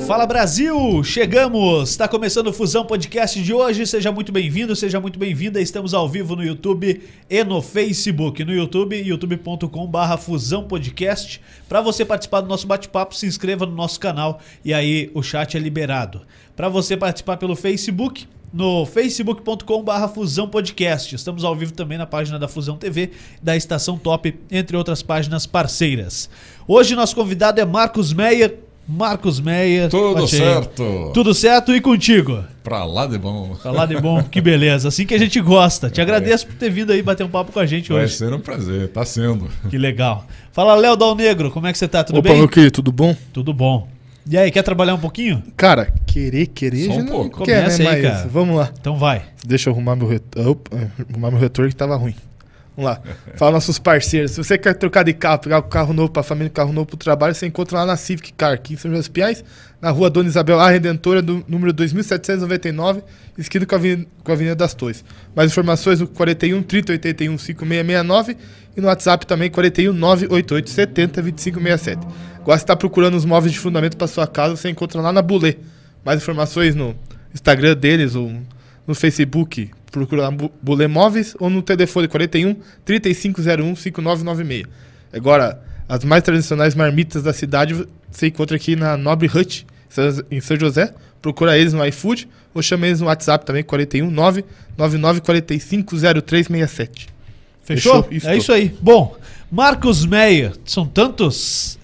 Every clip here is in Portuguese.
Fala Brasil, chegamos! Está começando o Fusão Podcast de hoje, seja muito bem-vindo, seja muito bem-vinda. Estamos ao vivo no YouTube e no Facebook. No YouTube, youtube.com/Fusão Podcast. Para você participar do nosso bate-papo, se inscreva no nosso canal e aí o chat é liberado. Para você participar pelo Facebook, no facebook.com/Fusão Podcast. Estamos ao vivo também na página da Fusão TV, da Estação Top, entre outras páginas parceiras. Hoje nosso convidado é Marcos Meyer. Marcos Meyer. Tudo certo. Tudo certo e contigo? Pra lá de bom. Pra lá de bom, que beleza. Assim que a gente gosta. Te agradeço por ter vindo aí bater um papo com a gente hoje. Vai ser um prazer, tá sendo. Que legal. Fala, Léo Dal Negro, como é que você tá? Tudo Opa, bem? meu querido, tudo bom? Tudo bom. E aí, quer trabalhar um pouquinho? Cara, querer, Só um já pouco. não quer, Começa né? aí, Mas cara. vamos lá. Então vai. Deixa eu arrumar meu retorno que tava ruim. Vamos lá. Fala nossos parceiros. Se você quer trocar de carro, pegar um carro novo pra família, um carro novo pro trabalho, você encontra lá na Civic Car, aqui em São José dos Pinhais, na rua Dona Isabel A Redentora, do número 2799, esquina com a Avenida das Torres. Mais informações no 41 30 81 5669 e no WhatsApp também 41 988 70 2567. Agora você está procurando os móveis de fundamento para sua casa, você encontra lá na Bulê. Mais informações no Instagram deles ou no Facebook, procura lá Bulê Móveis ou no telefone 41 3501 5996. Agora, as mais tradicionais marmitas da cidade você encontra aqui na Nobre Hut, em São José. Procura eles no iFood ou chama eles no WhatsApp também, 41 999 45 0367. Fechou? Isso É isso aí. Bom, Marcos Meyer, são tantos...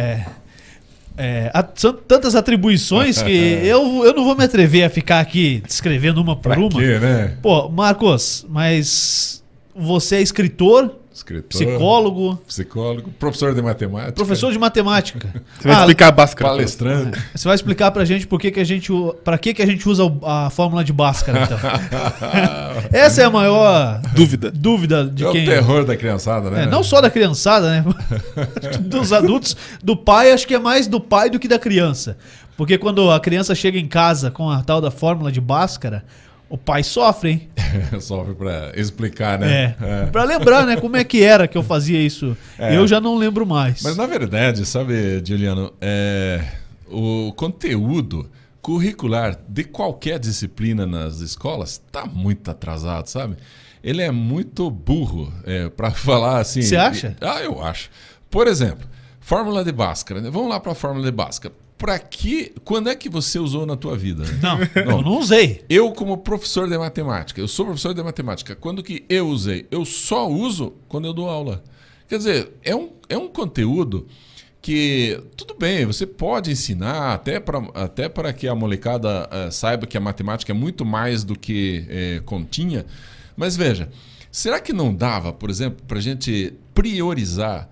são tantas atribuições que eu não vou me atrever a ficar aqui descrevendo uma por Pra uma. quê, né? Pô, Marcos, mas você é escritor, Psicólogo, psicólogo, professor de matemática. professor de matemática. Você vai explicar a Bhaskara. Palestrante. Você vai explicar pra gente para que a gente usa a fórmula de Bhaskara, então. Essa é a maior dúvida de É quem... o terror da criançada, né? Não só da criançada, né? Dos adultos, do pai, acho que é mais do pai do que da criança. Porque quando a criança chega em casa com a tal da fórmula de Bhaskara, o pai sofre, hein? Sofre pra explicar, né? Pra lembrar, né? Como é que era que eu fazia isso. Eu já não lembro mais. Mas na verdade, sabe, Juliano, o conteúdo curricular de qualquer disciplina nas escolas tá muito atrasado, sabe? Ele é muito burro, para falar assim. Você acha? Eu acho. Por exemplo, fórmula de Bhaskara, né? Vamos lá para a fórmula de Bhaskara. Quando é que você usou na tua vida? Não, eu não usei. Eu, como professor de matemática, eu sou professor de matemática. Quando que eu usei? Eu só uso quando eu dou aula. Quer dizer, é um conteúdo que, tudo bem, você pode ensinar até para que a molecada saiba que a matemática é muito mais do que continha. Mas veja, será que não dava, por exemplo, para a gente priorizar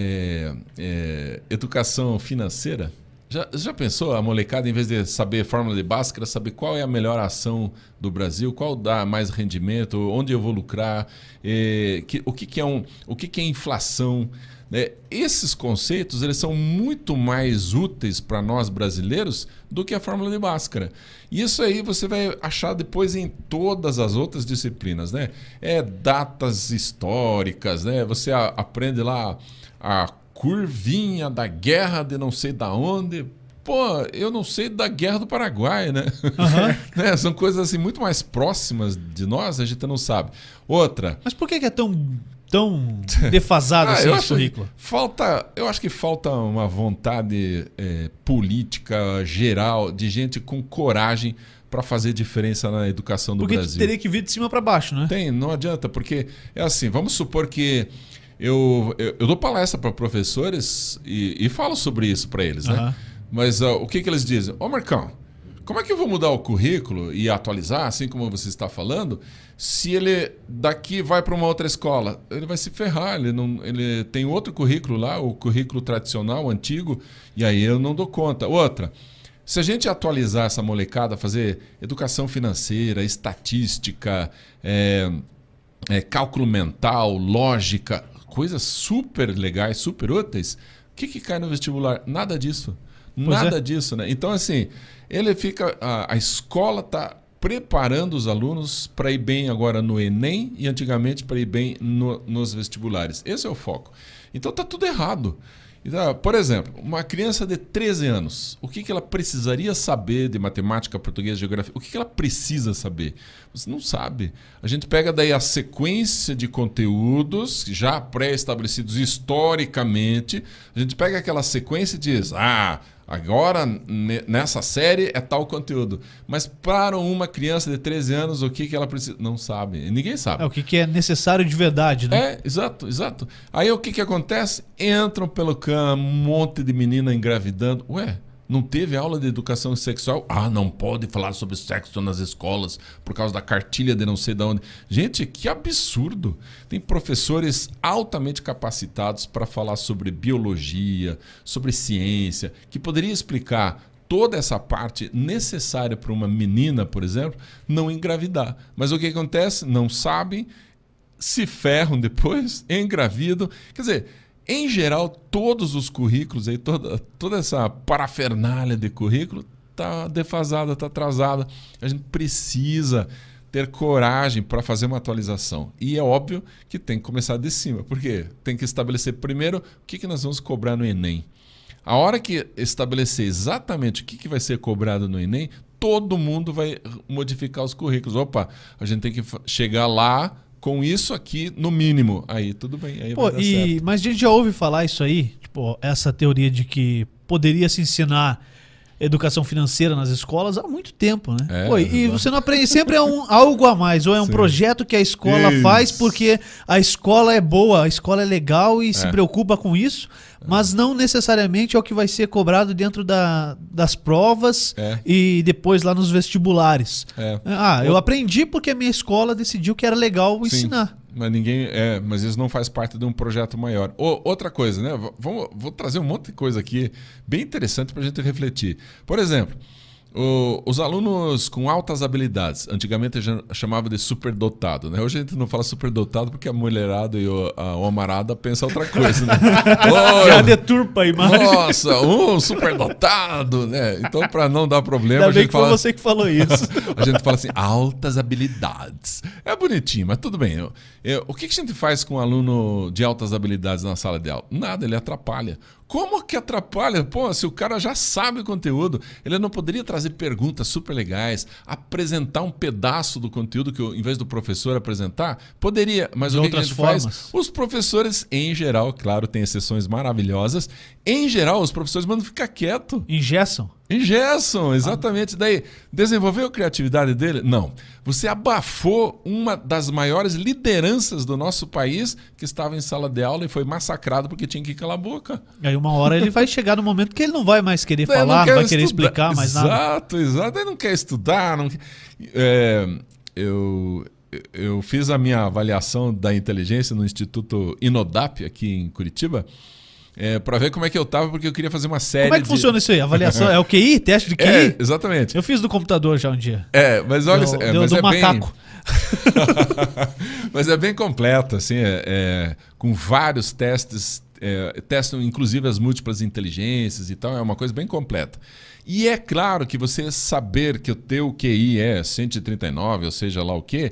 educação financeira? Já pensou a molecada, em vez de saber fórmula de Bhaskara, saber qual é a melhor ação do Brasil, qual dá mais rendimento, onde eu vou lucrar, o que é inflação? Né? Esses conceitos eles são muito mais úteis para nós brasileiros do que a fórmula de Bhaskara. Isso aí você vai achar depois em todas as outras disciplinas. Né? Datas históricas, né? Você aprende lá a curvinha da guerra de não sei da onde. Pô, eu não sei da guerra do Paraguai, né? Uhum. Né? São coisas assim muito mais próximas de nós, a gente não sabe. Outra... Mas por que é tão defasado assim esse currículo? Eu acho que falta uma vontade política geral de gente com coragem para fazer diferença na educação do Brasil. Porque teria que vir de cima para baixo, né? Não adianta, porque é assim, vamos supor que eu dou palestra para professores e falo sobre isso para eles, né? Mas o que eles dizem? Marcão, como é que eu vou mudar o currículo e atualizar, assim como você está falando, se ele daqui vai para uma outra escola? Ele vai se ferrar, ele tem outro currículo lá, o currículo tradicional, antigo, e aí eu não dou conta. Outra, se a gente atualizar essa molecada, fazer educação financeira, estatística, cálculo mental, lógica, coisas super legais, super úteis, o que cai no vestibular? Nada disso. Nada disso, né? Então, assim, ele fica. A escola está preparando os alunos para ir bem agora no Enem e antigamente para ir bem nos vestibulares. Esse é o foco. Então tá tudo errado. Então, por exemplo, uma criança de 13 anos, o que ela precisaria saber de matemática, português, geografia? O que ela precisa saber? Você não sabe. A gente pega daí a sequência de conteúdos já pré-estabelecidos historicamente, a gente pega aquela sequência e diz, agora nessa série é tal conteúdo. Mas para uma criança de 13 anos, o que ela precisa? Não sabe. Ninguém sabe. O que é necessário de verdade, né? Exato. Aí o que acontece? Entram pelo cano um monte de menina engravidando. Ué, não teve aula de educação sexual? Não pode falar sobre sexo nas escolas por causa da cartilha de não sei de onde. Gente, que absurdo. Tem professores altamente capacitados para falar sobre biologia, sobre ciência, que poderia explicar toda essa parte necessária para uma menina, por exemplo, não engravidar. Mas o que acontece? Não sabem, se ferram depois, engravidam. Quer dizer, em geral, todos os currículos, aí, toda essa parafernália de currículo está defasada, está atrasada. A gente precisa ter coragem para fazer uma atualização. E é óbvio que tem que começar de cima. Por quê? Tem que estabelecer primeiro o que nós vamos cobrar no Enem. A hora que estabelecer exatamente o que vai ser cobrado no Enem, todo mundo vai modificar os currículos. Opa, a gente tem que chegar lá com isso aqui no mínimo. Aí tudo bem, aí vai dar certo. Mas a gente já ouve falar isso aí, tipo, essa teoria de que poderia se ensinar educação financeira nas escolas há muito tempo, né? E você não aprende, sempre é algo a mais, ou é um projeto que a escola faz porque a escola é boa, a escola é legal e se preocupa com isso, mas não necessariamente é o que vai ser cobrado dentro das provas e depois lá nos vestibulares. Eu aprendi porque a minha escola decidiu que era legal ensinar. Mas isso não faz parte de um projeto maior. Outra coisa, né? Vou trazer um monte de coisa aqui bem interessante para a gente refletir. Por exemplo, os alunos com altas habilidades, antigamente a gente chamava de superdotado, né? Hoje a gente não fala superdotado porque a mulherada e a homarada pensam outra coisa, né? Já deturpa a imagem. Nossa, superdotado, né? Então, para não dar problema, Ainda bem que foi você que falou isso. A gente fala assim, altas habilidades. É bonitinho, mas tudo bem. O que a gente faz com um aluno de altas habilidades na sala de aula? Nada, ele atrapalha. Como que atrapalha? Pô, se o cara já sabe o conteúdo, ele não poderia trazer perguntas super legais, apresentar um pedaço do conteúdo que, em vez do professor apresentar? Poderia, mas o que a gente faz? Os professores, em geral, claro, tem exceções maravilhosas, em geral, os professores mandam ficar quieto. Engessam, exatamente. Daí, desenvolveu a criatividade dele? Não. Você abafou uma das maiores lideranças do nosso país que estava em sala de aula e foi massacrado porque tinha que calar a boca. Aí uma hora ele vai chegar no momento que ele não vai mais querer falar, não vai querer explicar mais nada. Exato. Ele não quer estudar. Eu fiz a minha avaliação da inteligência no Instituto Inodap, aqui em Curitiba, para ver como é que eu tava, porque eu queria fazer uma série. Como é que funciona isso aí? Avaliação? É o QI? Teste de QI? Exatamente. Eu fiz do computador já um dia. Mas olha, mas do macaco. Mas é bem completo, assim, com vários testes, testam inclusive as múltiplas inteligências e tal, é uma coisa bem completa. E é claro que você saber que o teu QI é 139, ou seja lá o quê,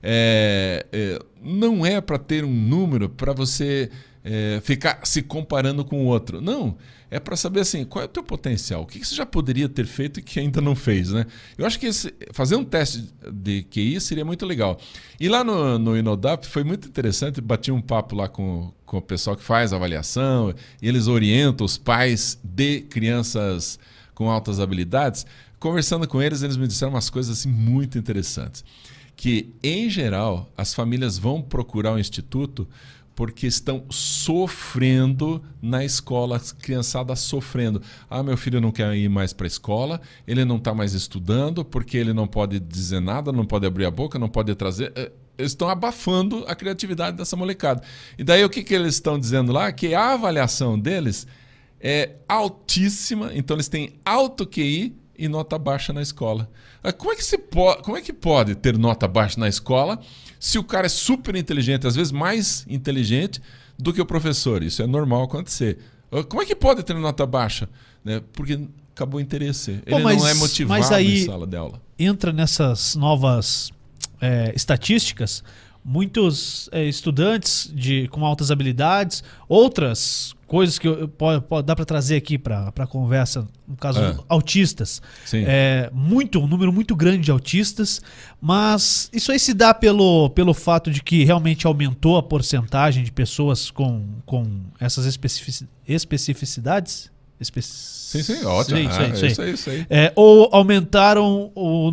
não é para ter um número para você ficar se comparando com o outro. Não, é para saber assim, qual é o teu potencial, o que você já poderia ter feito e que ainda não fez, né? Eu acho que fazer um teste de QI seria muito legal. E lá no Inodap foi muito interessante, bati um papo lá com o pessoal que faz a avaliação, e eles orientam os pais de crianças com altas habilidades. Conversando com eles, eles me disseram umas coisas assim muito interessantes. Que, em geral, as famílias vão procurar o instituto porque estão sofrendo na escola, a criançada sofrendo. Meu filho não quer ir mais para a escola, ele não está mais estudando porque ele não pode dizer nada, não pode abrir a boca, não pode trazer... Eles estão abafando a criatividade dessa molecada. E daí o que eles estão dizendo lá? Que a avaliação deles é altíssima, então eles têm alto QI e nota baixa na escola. Como é que pode ter nota baixa na escola se o cara é super inteligente, às vezes mais inteligente do que o professor? Isso é normal acontecer. Como é que pode ter nota baixa? Porque acabou o interesse. Ele não é motivado mas aí em sala de aula. Entra nessas novas estatísticas muitos estudantes com altas habilidades, outras coisas que dá para trazer aqui para a conversa, no caso, autistas. Sim. Um número muito grande de autistas, mas isso aí se dá pelo fato de que realmente aumentou a porcentagem de pessoas com essas especificidades? Sim, ótimo. Isso aí. Ou aumentaram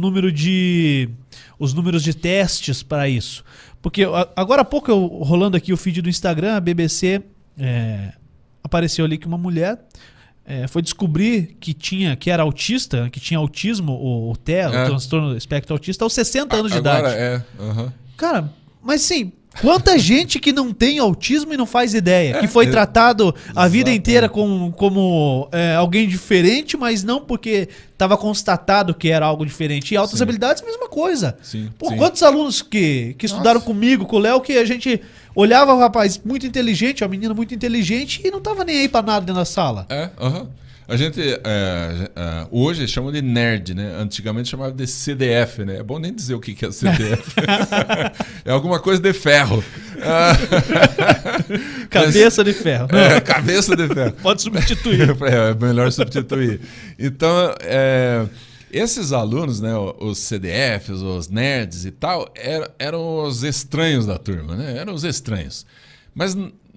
os números de testes para isso? Porque agora há pouco, rolando aqui o feed do Instagram, a BBC apareceu ali que uma mulher foi descobrir que era autista, que tinha autismo, o TEA, o transtorno do espectro autista, aos 60 anos de idade. Cara, mas sim, quanta gente que não tem autismo e não faz ideia, que foi tratado a vida inteira como alguém diferente, mas não porque estava constatado que era algo diferente. E altas habilidades, mesma coisa. Sim. Quantos alunos que estudaram comigo, com o Léo, que a gente olhava o rapaz muito inteligente, a menina muito inteligente, e não tava nem aí pra nada dentro da sala. A gente hoje chama de nerd, né? Antigamente chamava de CDF, né? É bom nem dizer o que é CDF. É alguma coisa de ferro. Cabeça de ferro. Cabeça de ferro. Pode substituir. É melhor substituir. Então, esses alunos, né, os CDFs, os nerds e tal, eram os estranhos da turma, né? Eram os estranhos. Mas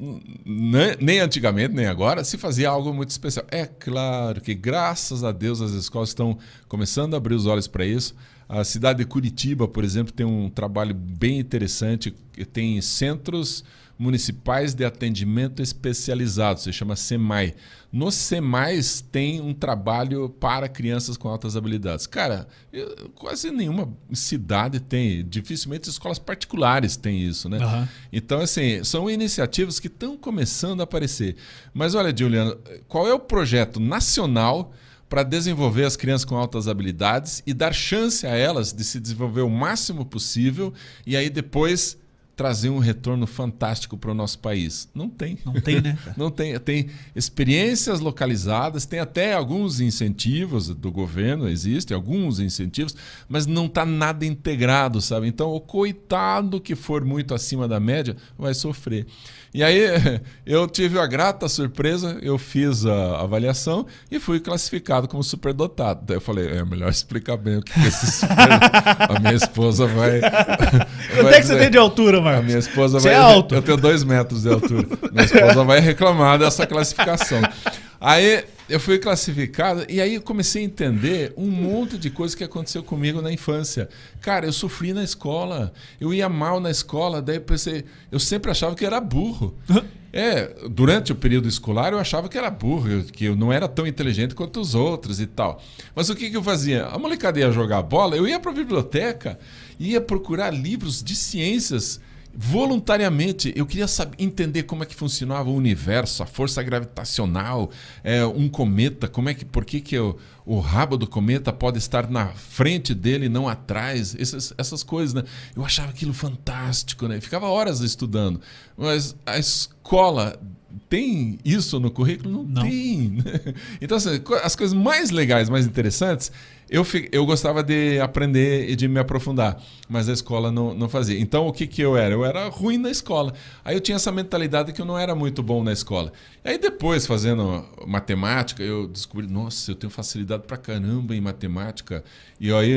nem antigamente, nem agora, se fazia algo muito especial. É claro que, graças a Deus, as escolas estão começando a abrir os olhos para isso. A cidade de Curitiba, por exemplo, tem um trabalho bem interessante. Tem centros municipais de atendimento especializado, se chama SEMAI. Nos SEMAIs tem um trabalho para crianças com altas habilidades. Cara, quase nenhuma cidade tem, dificilmente escolas particulares têm isso, né? Uhum. Então, assim, são iniciativas que estão começando a aparecer. Mas olha, Juliano, qual é o projeto nacional para desenvolver as crianças com altas habilidades e dar chance a elas de se desenvolver o máximo possível e aí depois trazer um retorno fantástico para o nosso país? Não tem. Não tem, né? Não tem. Tem experiências localizadas, tem até alguns incentivos do governo, existem alguns incentivos, mas não está nada integrado, sabe? Então, o coitado que for muito acima da média vai sofrer. E aí, eu tive a grata surpresa, eu fiz a avaliação e fui classificado como superdotado. Daí eu falei, é melhor explicar bem o que é esse superdotado. A minha esposa vai... Quanto é que você tem de altura, Marcos? A minha esposa você vai... é alto. Eu tenho 2 metros de altura. Minha esposa vai reclamar dessa classificação. Aí eu fui classificado e aí eu comecei a entender um monte de coisas que aconteceu comigo na infância. Cara, eu sofri na escola, eu ia mal na escola, daí eu pensei, eu sempre achava que era burro. Durante o período escolar eu achava que era burro, que eu não era tão inteligente quanto os outros e tal. Mas o que eu fazia? A molecada ia jogar bola, eu ia para a biblioteca, ia procurar livros de ciências. Voluntariamente, eu queria entender como é que funcionava o universo, a força gravitacional, um cometa, por que o rabo do cometa pode estar na frente dele e não atrás, essas coisas, né? Eu achava aquilo fantástico, né? Ficava horas estudando, mas a escola tem isso no currículo? Não tem. Então, assim, as coisas mais legais, mais interessantes, eu gostava de aprender e de me aprofundar, mas a escola não fazia. Então, o que eu era? Eu era ruim na escola. Aí eu tinha essa mentalidade que eu não era muito bom na escola. Aí depois, fazendo matemática, eu descobri, nossa, eu tenho facilidade pra caramba em matemática. E aí,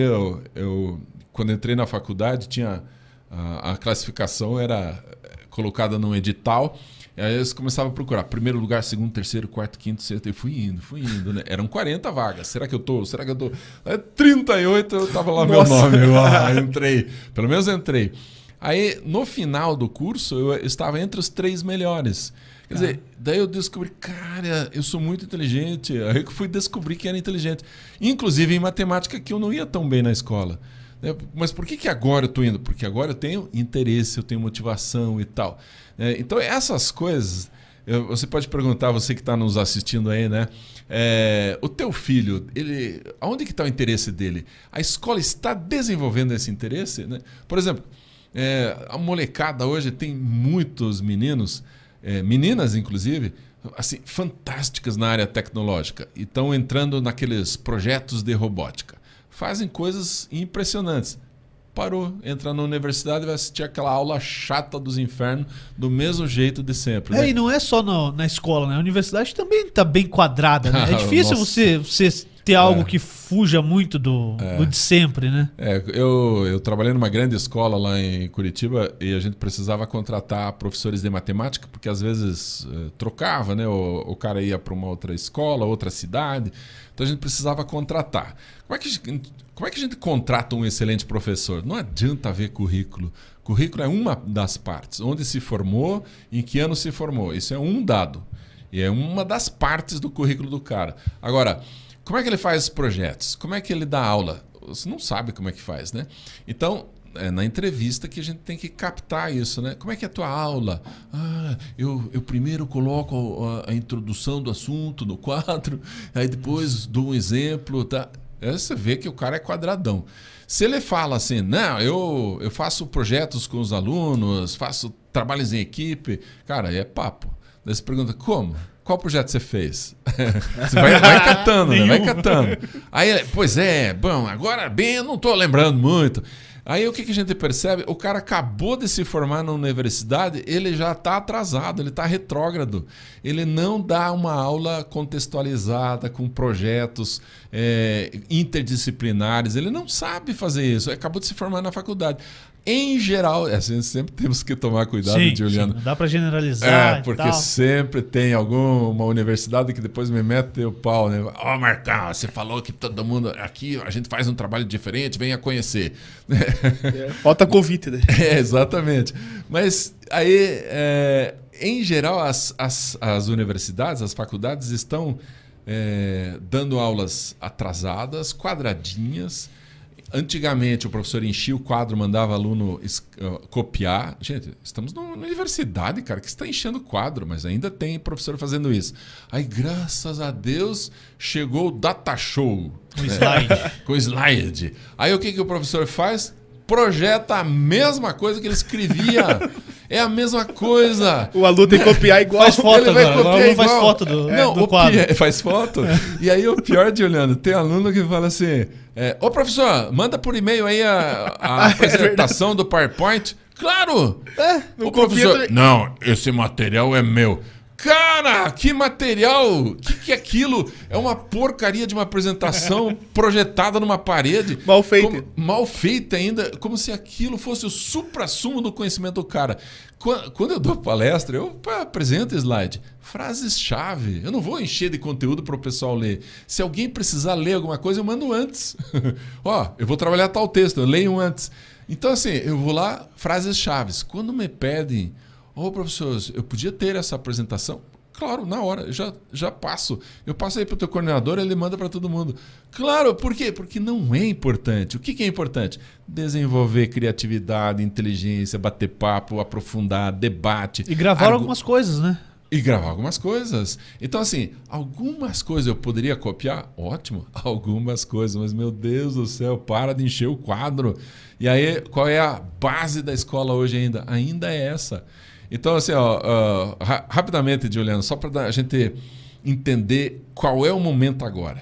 quando entrei na faculdade, tinha a classificação era colocada num edital. Aí eles começavam a procurar primeiro lugar, segundo, terceiro, quarto, quinto, sexto. E fui indo, né? Eram 40 vagas. Será que eu tô? Aí, 38, eu tava lá. Nossa. Meu nome. Eu entrei. Pelo menos entrei. Aí, no final do curso, eu estava entre os 3 melhores. Quer dizer, daí eu descobri, cara, eu sou muito inteligente. Aí eu fui descobrir que era inteligente. Inclusive em matemática, que eu não ia tão bem na escola. Mas por que agora eu estou indo? Porque agora eu tenho interesse, eu tenho motivação e tal. Então, essas coisas, você pode perguntar, você que está nos assistindo aí, né? O teu filho, aonde que está o interesse dele? A escola está desenvolvendo esse interesse? Né? Por exemplo, a molecada hoje tem muitos meninos, meninas inclusive, assim, fantásticas na área tecnológica e estão entrando naqueles projetos de robótica. Fazem coisas impressionantes. parou. Entra na universidade e vai assistir aquela aula chata dos infernos do mesmo jeito de sempre. Né? E não é só na escola, né? A universidade também está bem quadrada, né? É difícil você ter algo que fuja muito do de sempre, né? Eu trabalhei numa grande escola lá em Curitiba e a gente precisava contratar professores de matemática, porque às vezes trocava, né? O cara ia para uma outra escola, outra cidade, então a gente precisava contratar. Como é que a gente contrata um excelente professor? Não adianta ver currículo. Currículo é uma das partes. Onde se formou, em que ano se formou. Isso é um dado. E é uma das partes do currículo do cara. Agora, como é que ele faz os projetos? Como é que ele dá aula? Você não sabe como é que faz, né? Então, é na entrevista que a gente tem que captar isso, né? Como é que é a tua aula? Eu primeiro coloco a introdução do assunto no quadro, aí depois dou um exemplo, tá? Aí você vê que o cara é quadradão. Se ele fala assim, não, eu faço projetos com os alunos, faço trabalhos em equipe, cara, aí é papo. Daí você pergunta, como? Qual projeto você fez? Você vai catando, né? Vai catando. Aí, pois é, bom, agora bem, eu não estou lembrando muito. Aí o que a gente percebe? O cara acabou de se formar na universidade, ele já está atrasado, ele está retrógrado. Ele não dá uma aula contextualizada com projetos interdisciplinares, ele não sabe fazer isso, acabou de se formar na faculdade. Em geral, assim, sempre temos que tomar cuidado, Juliano. Não dá para generalizar. Porque sempre tem alguma universidade que depois me mete o pau, né? Marcão, você falou que todo mundo aqui, a gente faz um trabalho diferente, venha conhecer. Falta convite, né? Exatamente. Mas aí, em geral, as universidades, as faculdades estão dando aulas atrasadas, quadradinhas. Antigamente o professor enchia o quadro, mandava aluno copiar. Gente, estamos numa universidade, cara, que está enchendo o quadro, mas ainda tem professor fazendo isso. Aí, graças a Deus, chegou o data show. Com slide. Com slide. Aí o que o professor faz? Projeta a mesma coisa que ele escrevia. É a mesma coisa. O aluno tem que copiar igual. Faz foto, ele vai copiar igual. Faz foto do quadro. Faz foto. E aí o pior, Juliano, tem aluno que fala assim, ô professor, manda por e-mail aí a apresentação do PowerPoint. Claro! O professor, não, esse material é meu. Cara, que material! O que é aquilo? É uma porcaria de uma apresentação projetada numa parede. Mal feita. Mal feita ainda, como se aquilo fosse o suprassumo do conhecimento do cara. Quando eu dou palestra, eu apresento slide. Frases-chave. Eu não vou encher de conteúdo para o pessoal ler. Se alguém precisar ler alguma coisa, eu mando antes. Eu vou trabalhar tal texto, eu leio antes. Então, assim, eu vou lá, frases-chave. Quando me pedem... professor, eu podia ter essa apresentação? Claro, na hora, eu já passo. Eu passo aí para o teu coordenador, ele manda para todo mundo. Claro, por quê? Porque não é importante. O que é importante? Desenvolver criatividade, inteligência, bater papo, aprofundar, debate. E gravar algumas coisas, né? E gravar algumas coisas. Então, assim, algumas coisas eu poderia copiar? Ótimo. Algumas coisas, mas, meu Deus do céu, para de encher o quadro. E aí, qual é a base da escola hoje ainda? Ainda é essa. Então, assim, rapidamente, Juliano, só para a gente entender qual é o momento agora.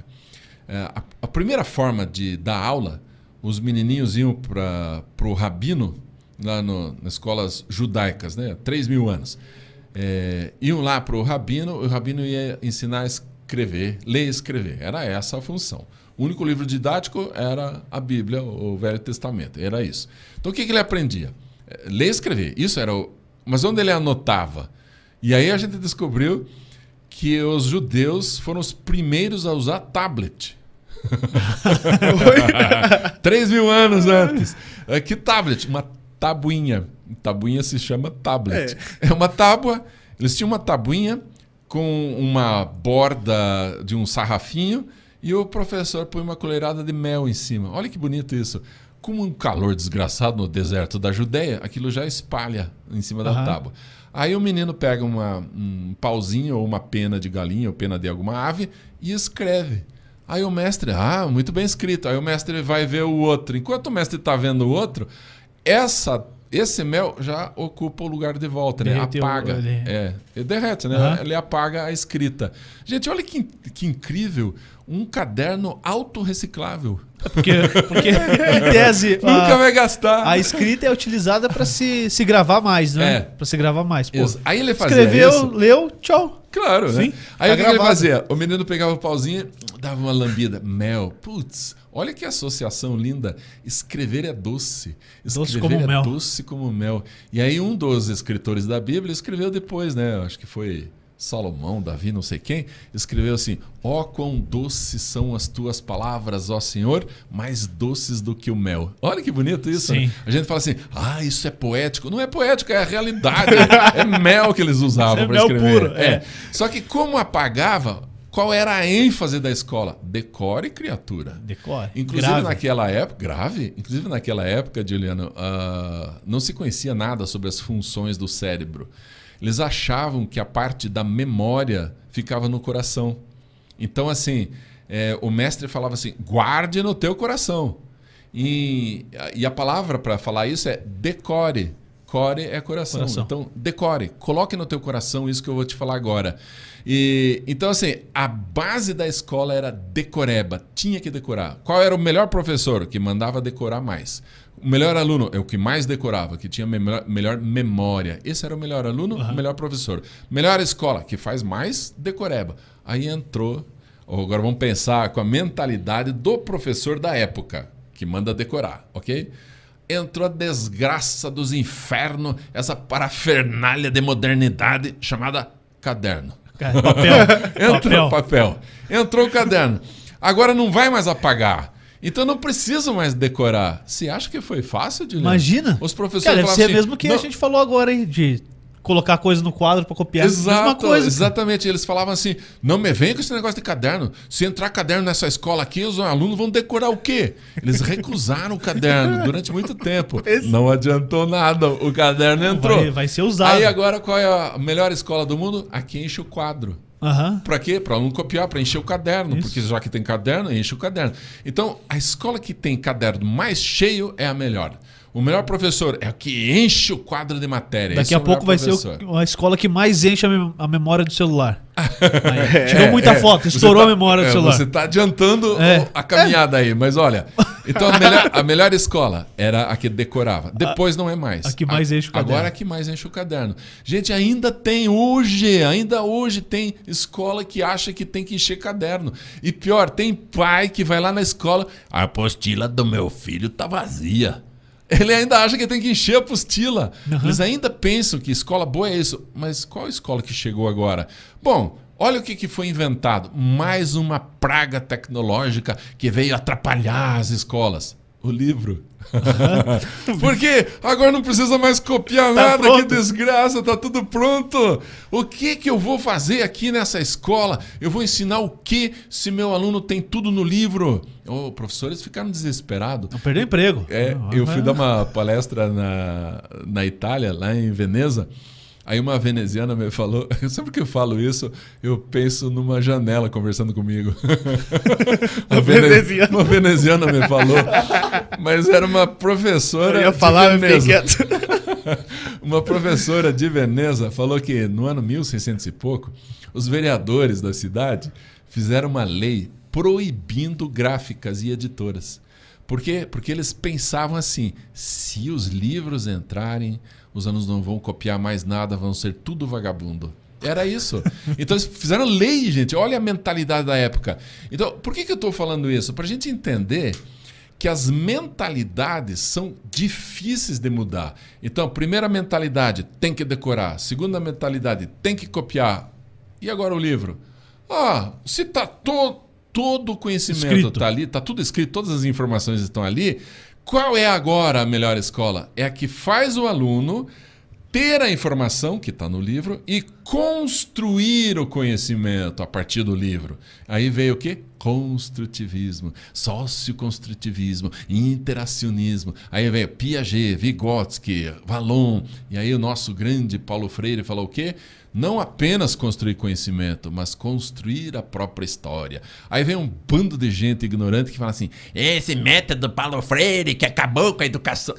A primeira forma de dar aula, os menininhos iam para o rabino, lá nas escolas judaicas, né? 3.000 anos. Iam lá para o rabino ia ensinar a escrever, ler e escrever. Era essa a função. O único livro didático era a Bíblia, o Velho Testamento. Era isso. Então, o que ele aprendia? Ler e escrever. Isso era Mas onde ele anotava? E aí a gente descobriu que os judeus foram os primeiros a usar tablet. 3.000 anos antes. Que tablet? Uma tabuinha. Tabuinha se chama tablet. É uma tábua. Eles tinham uma tabuinha com uma borda de um sarrafinho e o professor põe uma colherada de mel em cima. Olha que bonito isso. Com um calor desgraçado no deserto da Judéia, aquilo já espalha em cima da tábua. Aí o menino pega um pauzinho ou uma pena de galinha ou pena de alguma ave e escreve. Aí o mestre, muito bem escrito. Aí o mestre vai ver o outro. Enquanto o mestre está vendo o outro, essa esse mel já ocupa o lugar de volta, né? Derreteu, Apaga. Ele derrete, né? Ele apaga a escrita. Gente, olha que incrível. Um caderno autorreciclável. Porque em tese, nunca vai gastar. A escrita é utilizada para se gravar mais, né? Para se gravar mais. Pô, aí ele fazia escreveu, isso. leu, tchau. Claro, sim, né? Aí tá o que ele fazia? O menino pegava o pauzinho, dava uma lambida. Mel. Putz, olha que associação linda. Escrever é doce. Doce como mel. Doce como mel. E aí um dos escritores da Bíblia escreveu depois, né? Acho que foi Salomão, Davi, não sei quem, escreveu assim: ó, quão doces são as tuas palavras, ó Senhor, mais doces do que o mel. Olha que bonito isso. Sim. Né? A gente fala assim: ah, isso é poético. Não é poético, é a realidade. É mel que eles usavam para escrever. Puro, Só que como apagava, qual era a ênfase da escola? Decore, criatura. Decore. Inclusive naquela época, grave. Inclusive naquela época, Juliano, não se conhecia nada sobre as funções do cérebro. Eles achavam que a parte da memória ficava no coração. Então, assim, o mestre falava assim: guarde no teu coração. E a palavra para falar isso é decore. Core é coração. Então, decore. Coloque no teu coração isso que eu vou te falar agora. Então, assim, a base da escola era decoreba. Tinha que decorar. Qual era o melhor professor? Que mandava decorar mais. O melhor aluno é o que mais decorava, que tinha melhor memória. Esse era o melhor aluno, o melhor professor. Melhor escola, que faz mais decoreba. Aí entrou, agora vamos pensar com a mentalidade do professor da época, que manda decorar, ok? Entrou a desgraça dos infernos, essa parafernália de modernidade chamada caderno. Papel. Entrou o caderno. Agora não vai mais apagar. Então não preciso mais decorar. Você acha que foi fácil, Juliano? Imagina. Os professores deve ser assim, mesmo que a gente falou agora aí, de colocar coisa no quadro para copiar. Exato, mesma coisa. Exatamente. Eles falavam assim: não me venha com esse negócio de caderno. Se entrar caderno nessa escola aqui, os alunos vão decorar o quê? Eles recusaram o caderno durante muito tempo. Não adiantou nada. O caderno entrou. Vai ser usado. Aí agora qual é a melhor escola do mundo? Aqui enche o quadro. Para quê? Para não copiar, para encher o caderno. Porque já que tem caderno, enche o caderno. Então, a escola que tem caderno mais cheio é a melhor. O melhor professor é o que enche o quadro de matéria. Daqui a pouco vai ser a escola que mais enche a memória do celular. Tirou muita foto, estourou a memória do celular. Você está adiantando a caminhada aí. Mas olha, então a melhor escola era a que decorava. Depois não é mais. A que mais enche o caderno. Agora é a que mais enche o caderno. Gente, ainda hoje tem escola que acha que tem que encher caderno. E pior, tem pai que vai lá na escola: a apostila do meu filho tá vazia. Ele ainda acha que tem que encher a apostila. Eles ainda pensam que escola boa é isso. Mas qual escola que chegou agora? Bom, olha o que foi inventado. Mais uma praga tecnológica que veio atrapalhar as escolas. O livro. Porque agora não precisa mais copiar nada. Pronto. Que desgraça, tá tudo pronto. O que eu vou fazer aqui nessa escola? Eu vou ensinar o que se meu aluno tem tudo no livro? Professores ficaram desesperados. Não perdeu emprego. Eu fui dar uma palestra na Itália, lá em Veneza. Aí uma veneziana me falou, sempre que eu falo isso, eu penso numa janela conversando comigo. Uma veneziana me falou, mas era uma professora de Veneza. Uma professora de Veneza falou que no ano 1600 e pouco, os vereadores da cidade fizeram uma lei proibindo gráficas e editoras. Por quê? Porque eles pensavam assim: se os livros entrarem, os alunos não vão copiar mais nada, vão ser tudo vagabundo. Era isso. Então eles fizeram lei, gente. Olha a mentalidade da época. Então, por que eu estou falando isso? Para a gente entender que as mentalidades são difíceis de mudar. Então, primeira mentalidade, tem que decorar. Segunda mentalidade, tem que copiar. E agora o livro? Se está todo o conhecimento está ali, está tudo escrito, todas as informações estão ali. Qual é agora a melhor escola? É a que faz o aluno ter a informação que está no livro e construir o conhecimento a partir do livro. Aí veio o quê? Construtivismo, socioconstrutivismo, interacionismo. Aí veio Piaget, Vygotsky, Vallon. E aí o nosso grande Paulo Freire falou o quê? Não apenas construir conhecimento, mas construir a própria história. Aí vem um bando de gente ignorante que fala assim: esse método Paulo Freire que acabou com a educação.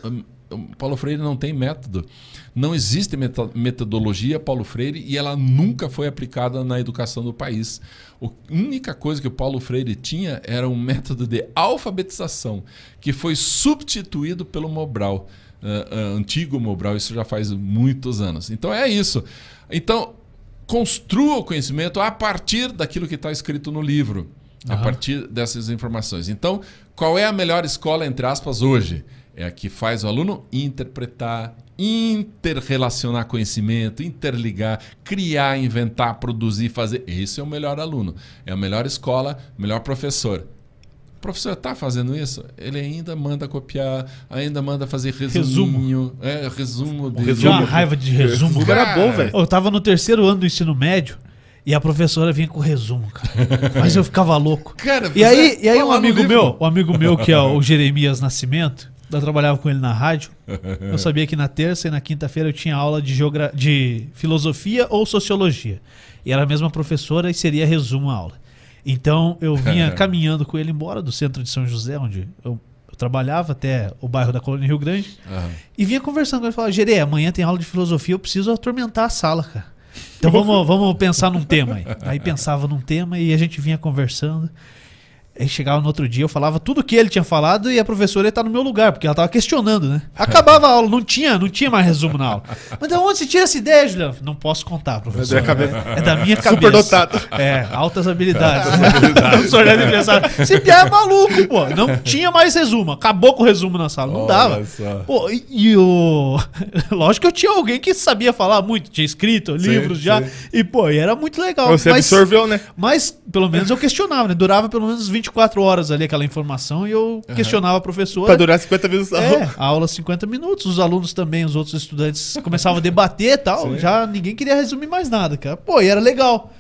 Paulo Freire não tem método. Não existe metodologia Paulo Freire e ela nunca foi aplicada na educação do país. A única coisa que o Paulo Freire tinha era um método de alfabetização que foi substituído pelo Mobral, antigo Mobral, isso já faz muitos anos. Então é isso. Então, construa o conhecimento a partir daquilo que está escrito no livro, a partir dessas informações. Então, qual é a melhor escola, entre aspas, hoje? É a que faz o aluno interpretar, interrelacionar conhecimento, interligar, criar, inventar, produzir, fazer. Esse é o melhor aluno. É a melhor escola, melhor professor. O professor está fazendo isso? Ele ainda manda copiar, ainda manda fazer resuminho. Resumo. Tinha uma raiva de resumo. Era bom, velho. Eu tava no 3º ano do ensino médio e a professora vinha com resumo, cara. Mas eu ficava louco. Cara, e aí um amigo meu, que é o Jeremias Nascimento, eu trabalhava com ele na rádio. Eu sabia que na terça e na quinta-feira eu tinha aula de filosofia ou sociologia. E era a mesma professora e seria resumo a aula. Então eu vinha caminhando com ele embora do centro de São José, onde eu trabalhava, até o bairro da Colônia Rio Grande. E vinha conversando com ele e falava: Gerê, amanhã tem aula de filosofia, eu preciso atormentar a sala, cara. Então vamos pensar num tema aí. Aí pensava num tema e a gente vinha conversando. Aí chegava no outro dia, eu falava tudo que ele tinha falado e a professora ia estar no meu lugar, porque ela estava questionando, né? Acabava a aula, não tinha mais resumo na aula. Mas de onde você tira essa ideia, Juliano? Não posso contar, professor. É da minha cabeça. Super dotado. Altas habilidades. Esse piá é maluco, pô. Não tinha mais resumo. Acabou com o resumo na sala. Não dava. Pô, lógico que eu tinha alguém que sabia falar muito, tinha escrito livros já. E, pô, era muito legal. Você absorveu, né? Mas, pelo menos, eu questionava, né? Durava pelo menos 24 horas ali aquela informação e eu questionava a professora. Pra durar 50 minutos a aula. A aula 50 minutos. Os alunos também, os outros estudantes começavam a debater e tal. Sim. Já ninguém queria resumir mais nada, cara. Pô, e era legal.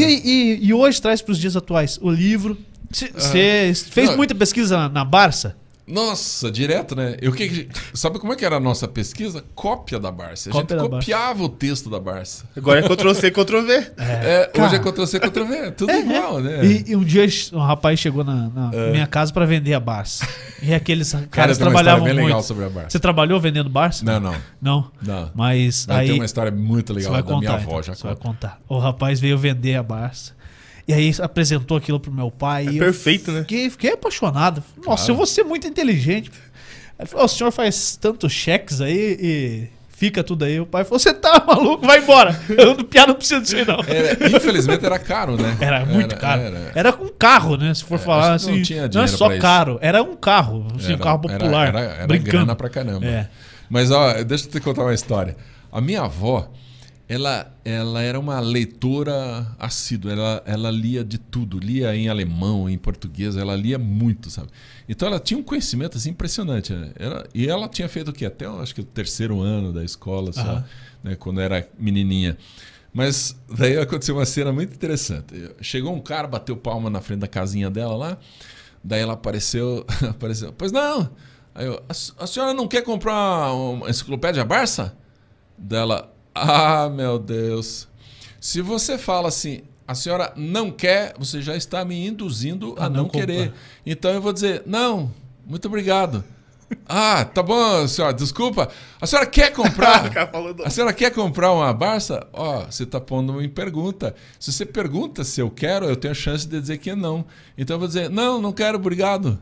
E hoje traz para os dias atuais o livro. Você fez muita pesquisa na Barça? Nossa, direto, né? Sabe como é que era a nossa pesquisa? Cópia da Barça. A gente copiava o texto da Barça. Agora é Ctrl-C, Ctrl-V. Hoje é Ctrl-C, Ctrl-V. Tudo igual, né? E um dia um rapaz chegou na minha casa para vender a Barça. E aqueles caras trabalhavam muito. Legal sobre a Barça. Você trabalhou vendendo Barça? Não. Mas aí tem uma história muito legal da minha avó. Você vai contar. O rapaz veio vender a Barça. E aí apresentou aquilo pro meu pai. E perfeito, né? Fiquei apaixonado. Nossa, eu vou ser muito inteligente. Ele falou: o senhor faz tantos cheques aí e fica tudo aí. O pai falou: você tá maluco? Vai embora. Eu do piano não preciso disso aí, não. Infelizmente era caro, né? Era muito caro. Era um carro, né? Se for falar assim. Não é só caro. Era um carro. Assim, um carro popular. Era grana pra caramba. Mas, ó, deixa eu te contar uma história. A minha avó, ela era uma leitora assídua, ela lia de tudo, lia em alemão, em português, ela lia muito, sabe? Então ela tinha um conhecimento assim, impressionante. E ela tinha feito o quê? Até acho que o 3º ano da escola, só, né, quando era menininha. Mas daí aconteceu uma cena muito interessante. Chegou um cara, bateu palma na frente da casinha dela lá, daí ela apareceu, pois não, aí a senhora não quer comprar uma enciclopédia Barça? Dela: ah, meu Deus. Se você fala assim, a senhora não quer, você já está me induzindo a não querer. Então eu vou dizer: não, muito obrigado. Ah, tá bom, senhora, desculpa. A senhora quer comprar? A senhora quer comprar uma Barça? Ó, você está pondo em pergunta. Se você pergunta se eu quero, eu tenho a chance de dizer que não. Então eu vou dizer: não quero, obrigado.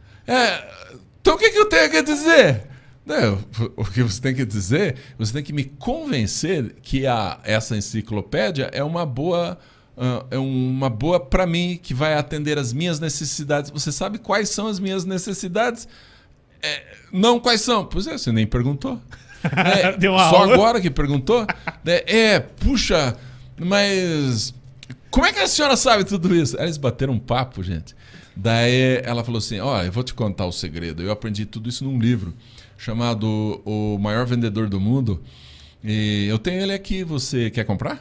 Então o que eu tenho que dizer? Não, o que você tem que dizer, você tem que me convencer que essa enciclopédia é uma boa para mim, que vai atender as minhas necessidades. Você sabe quais são as minhas necessidades? Não, quais são? Pois você nem perguntou. Deu uma só aula. Agora que perguntou? Puxa, mas como é que a senhora sabe tudo isso? Eles bateram um papo, gente. Daí ela falou assim: eu vou te contar o segredo. Eu aprendi tudo isso num livro chamado O Maior Vendedor do Mundo. E eu tenho ele aqui. Você quer comprar?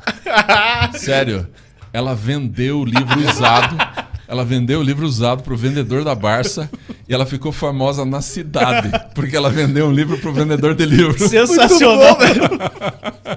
Sério. Ela vendeu o livro usado. Ela vendeu o livro usado pro vendedor da Barça e ela ficou famosa na cidade porque ela vendeu um livro pro vendedor de livros. Sensacional, velho.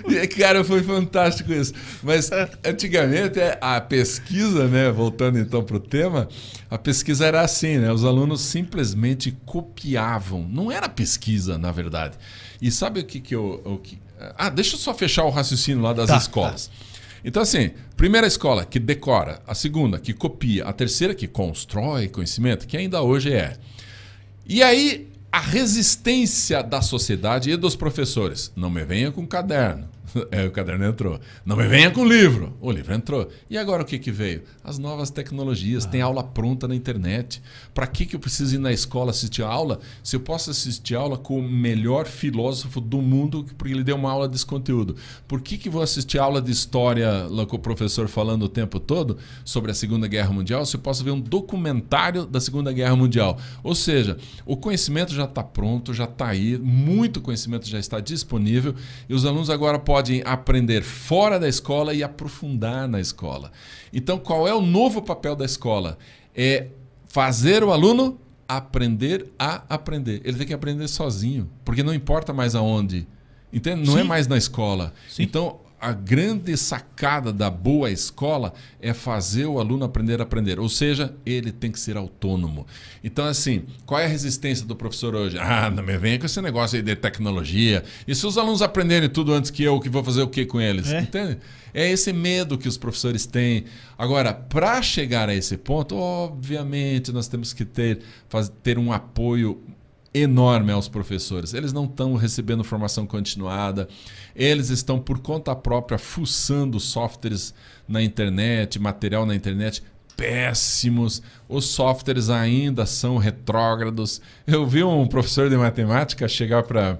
E, cara, foi fantástico isso. Mas antigamente a pesquisa, né? Voltando então para o tema, a pesquisa era assim, né? Os alunos simplesmente copiavam. Não era pesquisa, na verdade. E sabe o que eu... deixa eu só fechar o raciocínio lá das escolas. Então, assim, primeira escola que decora, a segunda que copia, a terceira que constrói conhecimento, que ainda hoje é. E aí, a resistência da sociedade e dos professores. Não me venha com caderno. O caderno entrou. Não me venha com livro. O livro entrou. E agora o que veio? As novas tecnologias. Tem aula pronta na internet. Para que eu preciso ir na escola assistir a aula se eu posso assistir a aula com o melhor filósofo do mundo porque ele deu uma aula desse conteúdo? Por que vou assistir aula de história lá com o professor falando o tempo todo sobre a Segunda Guerra Mundial se eu posso ver um documentário da Segunda Guerra Mundial? Ou seja, o conhecimento já está pronto, já está aí, muito conhecimento já está disponível e os alunos agora podem aprender fora da escola e aprofundar na escola. Então, qual é o novo papel da escola? É fazer o aluno aprender a aprender. Ele tem que aprender sozinho, porque não importa mais aonde. Entende? Não é mais na escola. Sim. Então, a grande sacada da boa escola é fazer o aluno aprender a aprender. Ou seja, ele tem que ser autônomo. Então, assim, qual é a resistência do professor hoje? Não me venha com esse negócio aí de tecnologia. E se os alunos aprenderem tudo antes que eu, que vou fazer o que com eles? Entende? É esse medo que os professores têm. Agora, para chegar a esse ponto, obviamente, nós temos que ter um apoio enorme aos professores. Eles não estão recebendo formação continuada, eles estão por conta própria fuçando softwares na internet, material na internet péssimos, os softwares ainda são retrógrados. Eu vi um professor de matemática chegar para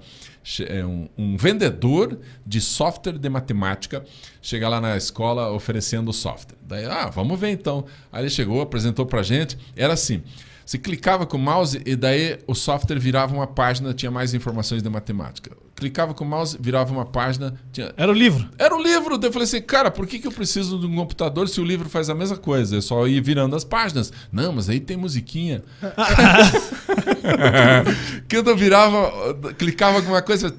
um vendedor de software de matemática chegar lá na escola oferecendo o software. Daí, vamos ver então. Aí ele chegou, apresentou para a gente, era assim... Você clicava com o mouse e daí o software virava uma página, tinha mais informações de matemática. Clicava com o mouse, virava uma página... Era o livro. Era o livro! Daí eu falei assim, cara, por que eu preciso de um computador se o livro faz a mesma coisa? É só ir virando as páginas. Não, mas aí tem musiquinha. Que eu virava, clicava com uma coisa...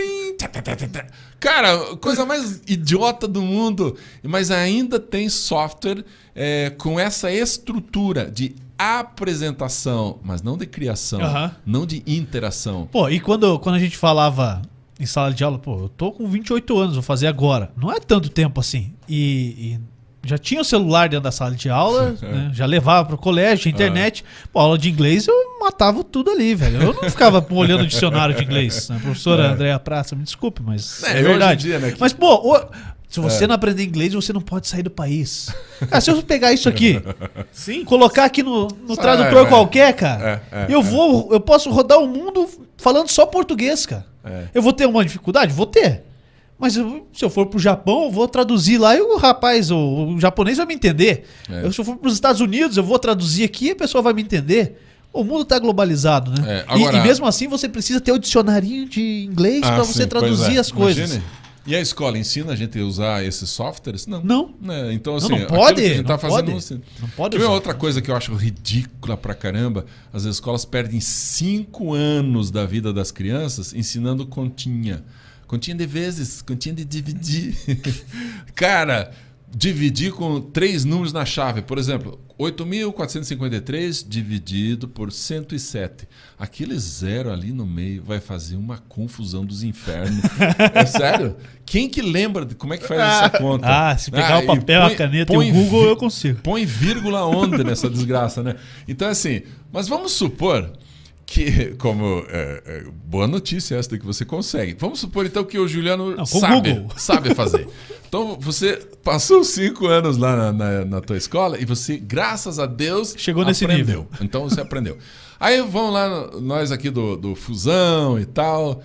Cara, coisa mais idiota do mundo. Mas ainda tem software com essa estrutura de apresentação, mas não de criação, não de interação. Pô, e quando a gente falava em sala de aula, eu tô com 28 anos, vou fazer agora. Não é tanto tempo assim. E já tinha o celular dentro da sala de aula, né? Já levava pro colégio, internet. Pô, aula de inglês eu matava tudo ali, velho. Eu não ficava olhando o dicionário de inglês. A professora Andréa Praça, me desculpe, mas é verdade. Dia, né, mas, se você não aprender inglês, você não pode sair do país. Cara, se eu pegar isso aqui, colocar aqui no tradutor qualquer, cara, eu posso rodar o mundo falando só português, cara. Eu vou ter uma dificuldade? Vou ter. Mas se eu for pro Japão, eu vou traduzir lá e o japonês vai me entender. Se eu for pros Estados Unidos, eu vou traduzir aqui e a pessoa vai me entender. O mundo está globalizado, né? Agora... E mesmo assim você precisa ter o dicionarinho de inglês para você traduzir as coisas. Imagine. E a escola ensina a gente a usar esses softwares? Não. Então, assim, não pode. A gente tá fazendo não pode usar. Outra coisa que eu acho ridícula pra caramba, as escolas perdem 5 anos da vida das crianças ensinando continha. Continha de vezes, continha de dividir. Cara, dividir com 3 números na chave. Por exemplo, 8.453 dividido por 107. Aquele zero ali no meio vai fazer uma confusão dos infernos. É sério? Quem que lembra de como é que faz essa conta? Se pegar o papel, a caneta e o Google, eu consigo. Põe vírgula onde nessa desgraça, né? Então, assim, mas vamos supor que, boa notícia essa que você consegue. Vamos supor, então, que o Juliano sabe fazer. Então, você passou 5 anos lá na tua escola e você, graças a Deus, chegou nesse nível. Então, você aprendeu. Aí, vamos lá, nós aqui do Fusão e tal,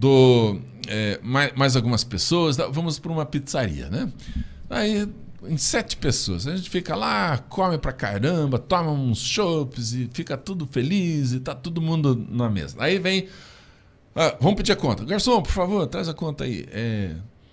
mais algumas pessoas, vamos para uma pizzaria, né? Aí... em 7 pessoas. A gente fica lá, come pra caramba, toma uns chopps e fica tudo feliz e tá todo mundo na mesa. Aí vem... vamos pedir a conta. Garçom, por favor, traz a conta aí.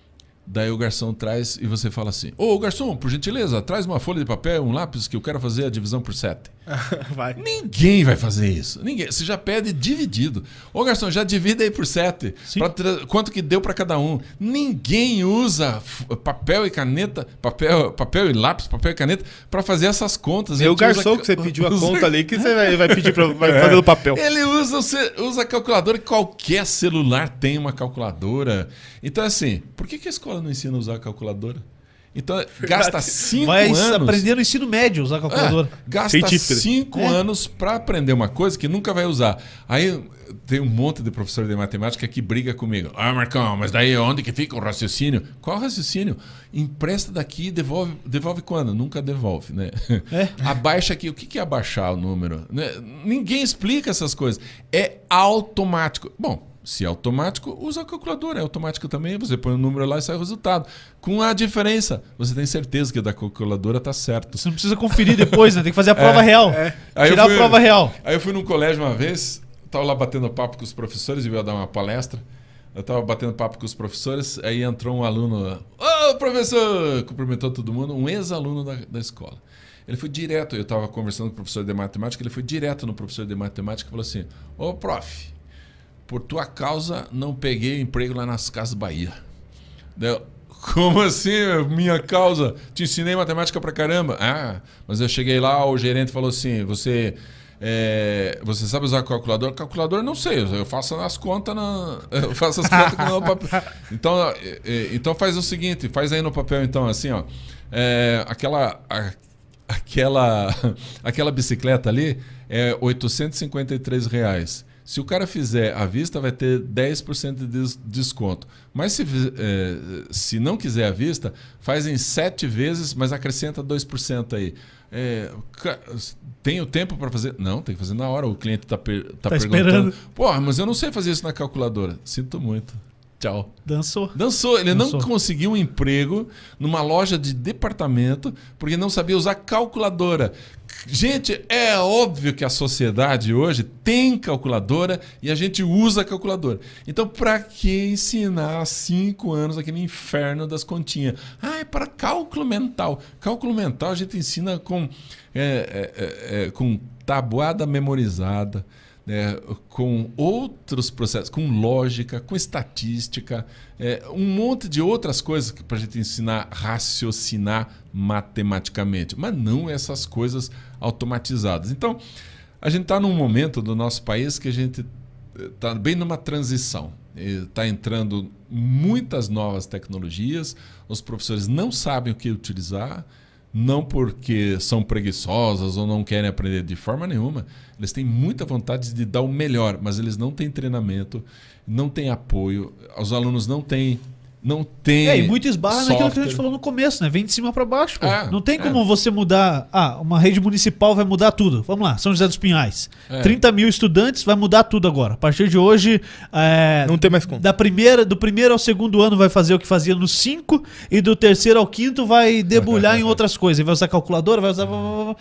Daí o garçom traz e você fala assim: ô garçom, por gentileza, traz uma folha de papel, um lápis que eu quero fazer a divisão por 7. Vai. Ninguém vai fazer isso. Ninguém. Você já pede dividido. Ô garçom, já divide aí por 7. Quanto que deu para cada um? Ninguém usa papel e caneta, papel e lápis, papel e caneta para fazer essas contas. É o garçom que você pediu a conta ali que você vai pedir para fazer no papel. Ele usa a calculadora, qualquer celular tem uma calculadora. Então assim, por que a escola não ensina a usar a calculadora? Então, gasta 5 anos... Vai aprender no ensino médio a usar a calculadora. Gasta 5 anos para aprender uma coisa que nunca vai usar. Aí tem um monte de professor de matemática que briga comigo. Ah, Marcão, mas daí onde que fica o raciocínio? Qual raciocínio? Empresta daqui e devolve quando? Nunca devolve, né? Abaixa aqui. O que é abaixar o número? Ninguém explica essas coisas. É automático. Bom... Se é automático, usa a calculadora. É automático também, você põe o número lá e sai o resultado. Com a diferença, você tem certeza que da calculadora está certo. Você não precisa conferir depois, né? Tem que fazer a prova real. Tirar a prova real. Aí eu fui num colégio uma vez, estava lá batendo papo com os professores, e eu ia dar uma palestra. Eu estava batendo papo com os professores, aí entrou um aluno. Ô, professor! Cumprimentou todo mundo, um ex-aluno da escola. Ele foi direto, eu estava conversando com o professor de matemática, ele foi direto no professor de matemática e falou assim: ô, prof, por tua causa, não peguei emprego lá nas Casas Bahia. Como assim, minha causa? Te ensinei matemática pra caramba. Ah, mas eu cheguei lá, o gerente falou assim, você sabe usar calculador? Calculador não sei, eu faço as contas eu faço as contas no papel. Então faz o seguinte, faz aí no papel então, assim, ó. Aquela bicicleta ali é R$853. Se o cara fizer à vista, vai ter 10% de desconto. Mas se não quiser à vista, faz em 7 vezes, mas acrescenta 2% aí. Tem o tempo para fazer? Não, tem que fazer na hora. O cliente está perguntando. Esperando. Pô, mas eu não sei fazer isso na calculadora. Sinto muito. Tchau. Dançou. Ele não conseguiu um emprego numa loja de departamento porque não sabia usar calculadora. Gente, é óbvio que a sociedade hoje tem calculadora e a gente usa a calculadora. Então, para que ensinar há 5 anos aquele inferno das continhas? Ah, é para cálculo mental. Cálculo mental a gente ensina com tabuada memorizada, com outros processos, com lógica, com estatística, um monte de outras coisas para a gente ensinar a raciocinar matematicamente, mas não essas coisas automatizadas. Então, a gente está num momento do nosso país que a gente está bem numa transição. Está entrando muitas novas tecnologias, os professores não sabem o que utilizar, não porque são preguiçosas ou não querem aprender de forma nenhuma. Eles têm muita vontade de dar o melhor, mas eles não têm treinamento, não têm apoio, os alunos não têm e muito esbarra naquilo que a gente falou no começo, né? Vem de cima para baixo. Pô. Não tem como você mudar. Uma rede municipal vai mudar tudo. Vamos lá, São José dos Pinhais. 30 mil estudantes, vai mudar tudo agora. A partir de hoje. Não tem mais como. Do primeiro ao segundo ano vai fazer o que fazia no 5, e do terceiro ao quinto vai debulhar em outras coisas. Vai usar calculadora, vai usar.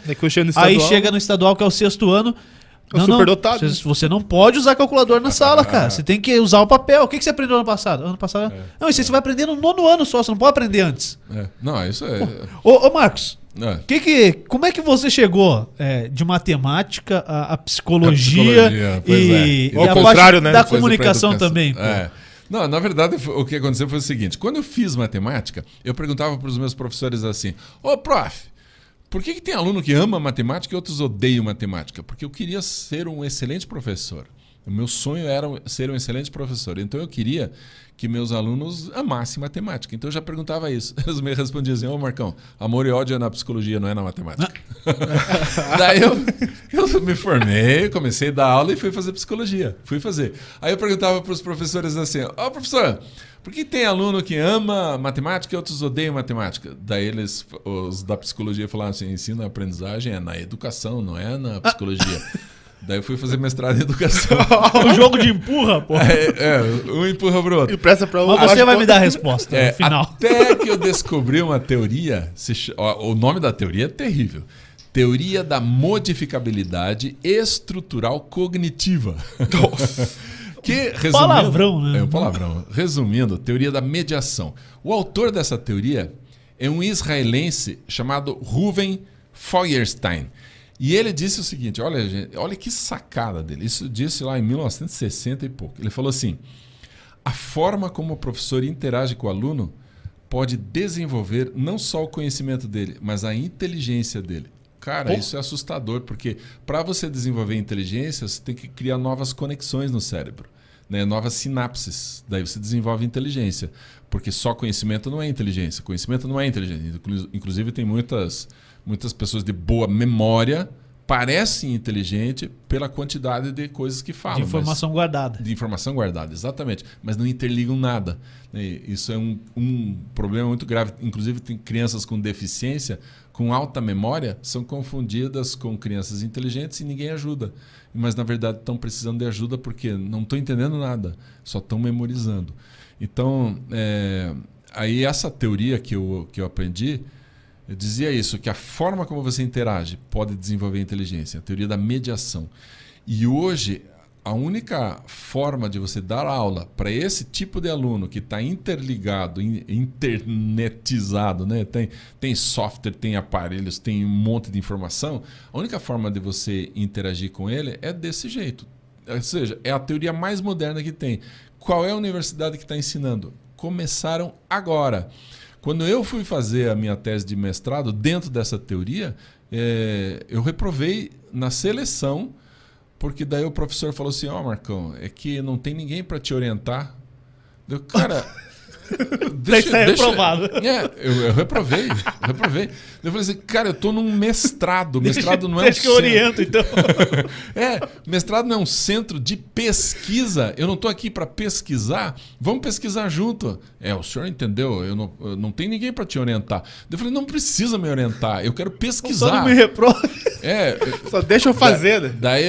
Aí chega no estadual, que é o 6º ano. Superdotado. Você não pode usar calculador na sala, cara. Você tem que usar o papel. O que você aprendeu ano passado? Ano passado? Não, isso aí você vai aprender no 9º ano só. Você não pode aprender antes. Não, isso é... Ô Marcos, como é que você chegou de matemática a psicologia e a parte da comunicação também? Não, na verdade, o que aconteceu foi o seguinte. Quando eu fiz matemática, eu perguntava para os meus professores assim: ô, prof, por que tem aluno que ama matemática e outros odeiam matemática? Porque eu queria ser um excelente professor. O meu sonho era ser um excelente professor. Então eu queria que meus alunos amassem matemática. Então eu já perguntava isso. Eles me respondiam assim: ô Marcão, amor e ódio é na psicologia, não é na matemática. Daí eu me formei, comecei a dar aula e fui fazer psicologia. Aí eu perguntava para os professores assim: ó, professor, por que tem aluno que ama matemática e outros odeiam matemática? Daí os da psicologia falaram assim: ensino a aprendizagem é na educação, não é na psicologia. Daí eu fui fazer mestrado em educação. O jogo de empurra, pô. Um empurra pro outro. E presta pra Mas você vai me dar a resposta no final. Até que eu descobri uma teoria, o nome da teoria é terrível. Teoria da modificabilidade estrutural cognitiva. Resumindo, Palavrão, né? É um palavrão. Resumindo, teoria da mediação. O autor dessa teoria é um israelense chamado Reuven Feuerstein. E ele disse o seguinte, olha, gente, olha que sacada dele. Isso disse lá em 1960 e pouco. Ele falou assim, a forma como o professor interage com o aluno pode desenvolver não só o conhecimento dele, mas a inteligência dele. Cara, isso é assustador, porque para você desenvolver inteligência, você tem que criar novas conexões no cérebro, né? Novas sinapses. Daí você desenvolve inteligência. Porque só conhecimento não é inteligência. Conhecimento não é inteligência. Inclusive, tem muitas pessoas de boa memória parecem inteligentes pela quantidade de coisas que falam. De informação guardada. De informação guardada, exatamente. Mas não interligam nada. Isso é um problema muito grave. Inclusive, tem crianças com deficiência, com alta memória, são confundidas com crianças inteligentes e ninguém ajuda. Mas, na verdade, estão precisando de ajuda porque não estão entendendo nada, só estão memorizando. Então, aí essa teoria que eu aprendi, eu dizia isso, que a forma como você interage pode desenvolver inteligência, a teoria da mediação. E hoje, a única forma de você dar aula para esse tipo de aluno que está interligado, internetizado, né? Tem software, tem aparelhos, tem um monte de informação, a única forma de você interagir com ele é desse jeito. Ou seja, é a teoria mais moderna que tem. Qual é a universidade que está ensinando? Começaram agora. Quando eu fui fazer a minha tese de mestrado, dentro dessa teoria, eu reprovei na seleção, porque daí o professor falou assim, Marcão, é que não tem ninguém para te orientar. Eu, cara... Deixa reprovado. Eu reprovei. Eu falei assim, cara, eu tô num mestrado. Mestrado não é deixa que eu oriento, então. Mestrado não é um centro de pesquisa. Eu não tô aqui para pesquisar. Vamos pesquisar junto. O senhor entendeu? Eu não tem ninguém para te orientar. Eu falei, não precisa me orientar. Eu quero pesquisar. Só não me reprove. Só deixa eu fazer, né? Daí,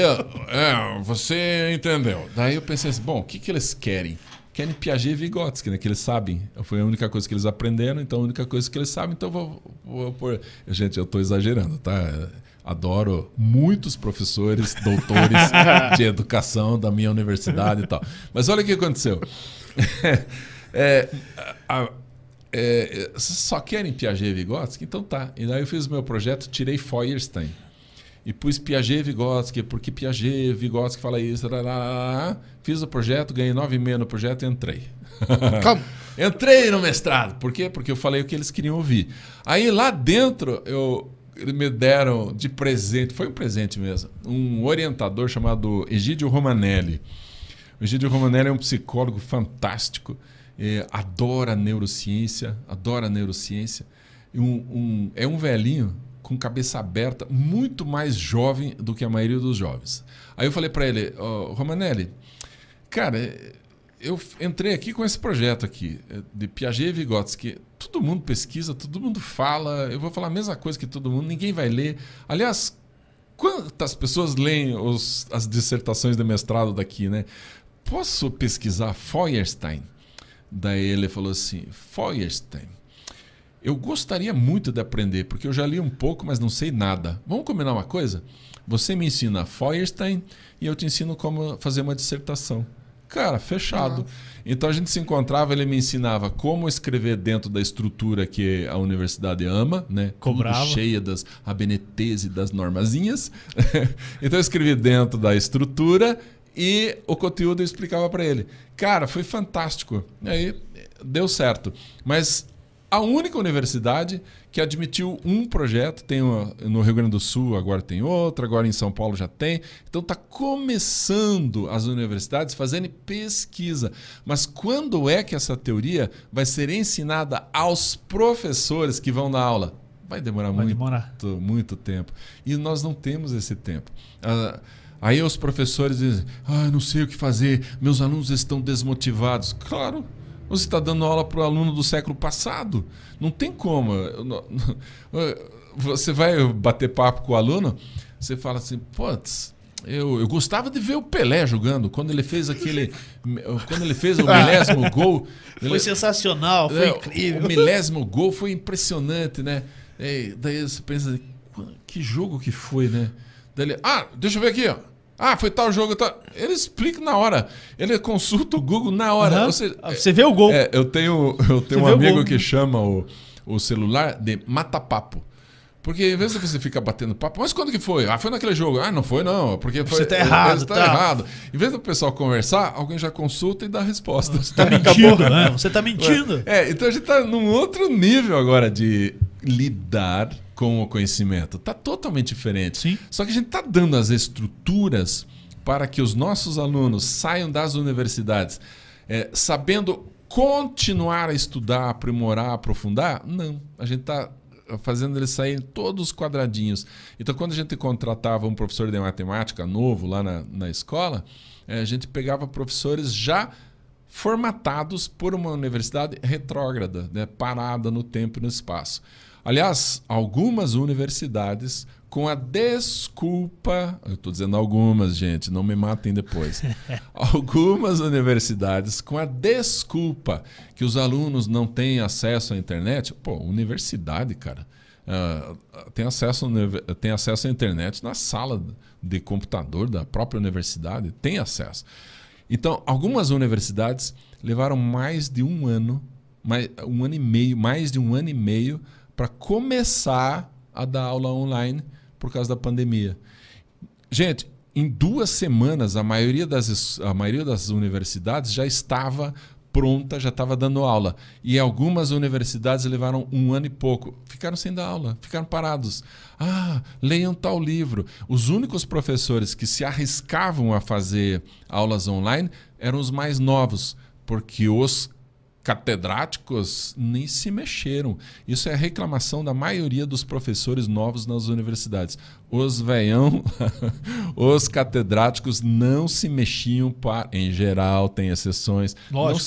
você entendeu. Daí eu pensei assim, bom, o que eles querem? Querem Piaget e Vygotsky, né? Que eles sabem. Foi a única coisa que eles aprenderam, então a única coisa que eles sabem, então vou pôr. Gente, eu estou exagerando, tá? Adoro muitos professores, doutores de educação da minha universidade e tal. Mas olha o que aconteceu. Vocês só querem Piaget e Vygotsky? Então tá. E daí eu fiz o meu projeto, tirei Feuerstein. E pus Piaget e Vygotsky, porque Piaget, Vygotsky fala isso. Fiz o projeto, ganhei 9,5 no projeto e entrei. Entrei no mestrado. Por quê? Porque eu falei o que eles queriam ouvir. Aí lá dentro, eles me deram de presente, foi um presente mesmo, um orientador chamado Egídio Romanelli. O Egídio Romanelli é um psicólogo fantástico, adora neurociência. É um velhinho com cabeça aberta, muito mais jovem do que a maioria dos jovens. Aí eu falei para ele, Romanelli, cara, eu entrei aqui com esse projeto aqui, de Piaget e Vygotsky. Todo mundo pesquisa, todo mundo fala, eu vou falar a mesma coisa que todo mundo, ninguém vai ler. Aliás, quantas pessoas leem as dissertações de mestrado daqui, né? Posso pesquisar Feuerstein? Daí ele falou assim, Feuerstein, eu gostaria muito de aprender, porque eu já li um pouco, mas não sei nada. Vamos combinar uma coisa? Você me ensina Feuerstein e eu te ensino como fazer uma dissertação. Cara, fechado. Então a gente se encontrava, ele me ensinava como escrever dentro da estrutura que a universidade ama, né? Cobrava. Tudo cheia das ABNTs e das normazinhas. Então eu escrevi dentro da estrutura e o conteúdo eu explicava para ele. Cara, foi fantástico. E aí deu certo. Mas a única universidade que admitiu um projeto, tem no Rio Grande do Sul, agora tem outro, agora em São Paulo já tem. Então está começando as universidades fazendo pesquisa. Mas quando é que essa teoria vai ser ensinada aos professores que vão dar aula? Vai demorar muito tempo. E nós não temos esse tempo. Aí os professores dizem, não sei o que fazer, meus alunos estão desmotivados. Claro. Você está dando aula para o aluno do século passado. Não tem como. Você vai bater papo com o aluno, você fala assim, putz, eu gostava de ver o Pelé jogando. Quando ele fez o milésimo gol... Foi sensacional, foi incrível. O milésimo gol foi impressionante, né? Daí você pensa, que jogo que foi, né? Daí ele, deixa eu ver aqui, ó. Ah, foi tal jogo. Tal... Ele explica na hora. Ele consulta o Google na hora. Ou seja, você vê o gol. Eu tenho um amigo que chama o celular de mata-papo. Porque às vezes você fica batendo papo. Mas quando que foi? Ah, foi naquele jogo. Ah, não foi não. Porque foi, você tá errado. Você tá errado. Em vez do pessoal conversar, alguém já consulta e dá a resposta. Você tá mentindo, né? Você tá mentindo. Então a gente tá num outro nível agora de lidar com o conhecimento. Tá totalmente diferente. Sim. Só que a gente tá dando as estruturas para que os nossos alunos saiam das universidades sabendo continuar a estudar, aprimorar, aprofundar. Não. A gente tá fazendo eles saírem todos quadradinhos. Então, quando a gente contratava um professor de matemática novo lá na escola, a gente pegava professores já formatados por uma universidade retrógrada, né, parada no tempo e no espaço. Aliás, algumas universidades, com a desculpa... Eu estou dizendo algumas, gente, não me matem depois. Algumas universidades, com a desculpa que os alunos não têm acesso à internet... Pô, universidade, cara, tem acesso à internet na sala de computador da própria universidade. Tem acesso. Então, algumas universidades levaram mais de um ano e meio para começar a dar aula online por causa da pandemia. Gente, em 2 semanas, a maioria das universidades já estava pronta, já estava dando aula. E algumas universidades levaram 1 ano e pouco. Ficaram sem dar aula, ficaram parados. Ah, leiam tal livro. Os únicos professores que se arriscavam a fazer aulas online eram os mais novos, porque os catedráticos nem se mexeram. Isso é a reclamação da maioria dos professores novos nas universidades. Os veião, os catedráticos não se mexiam em geral, tem exceções,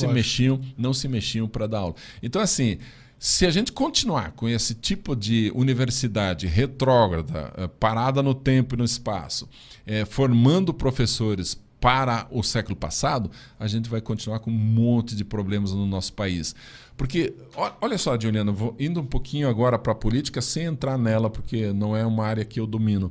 não se mexiam para dar aula. Então, assim, se a gente continuar com esse tipo de universidade retrógrada, parada no tempo e no espaço, formando professores para o século passado, a gente vai continuar com um monte de problemas no nosso país. Porque, olha só, Juliano, vou indo um pouquinho agora para a política sem entrar nela, porque não é uma área que eu domino.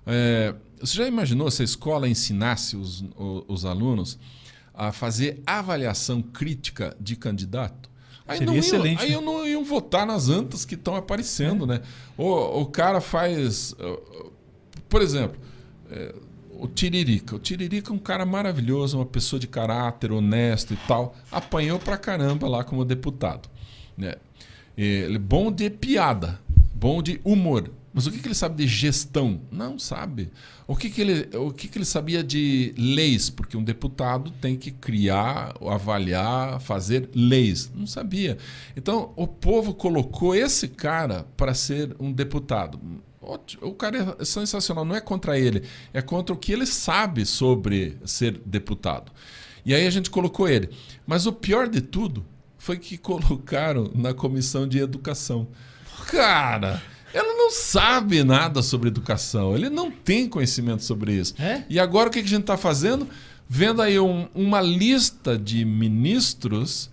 Você já imaginou se a escola ensinasse os alunos a fazer avaliação crítica de candidato? Seria excelente. Aí eu não iam votar nas antas que estão aparecendo, né? O cara faz... Por exemplo... O Tiririca. O Tiririca é um cara maravilhoso, uma pessoa de caráter, honesto e tal. Apanhou pra caramba lá como deputado. Né? Ele é bom de piada, bom de humor. Mas o que ele sabe de gestão? Não sabe. O que ele sabia de leis? Porque um deputado tem que criar, avaliar, fazer leis. Não sabia. Então, o povo colocou esse cara para ser um deputado. O cara é sensacional, não é contra ele, é contra o que ele sabe sobre ser deputado. E aí a gente colocou ele. Mas o pior de tudo foi que colocaram na comissão de educação. Cara, ele não sabe nada sobre educação, ele não tem conhecimento sobre isso. E agora o que a gente está fazendo? Vendo aí uma lista de ministros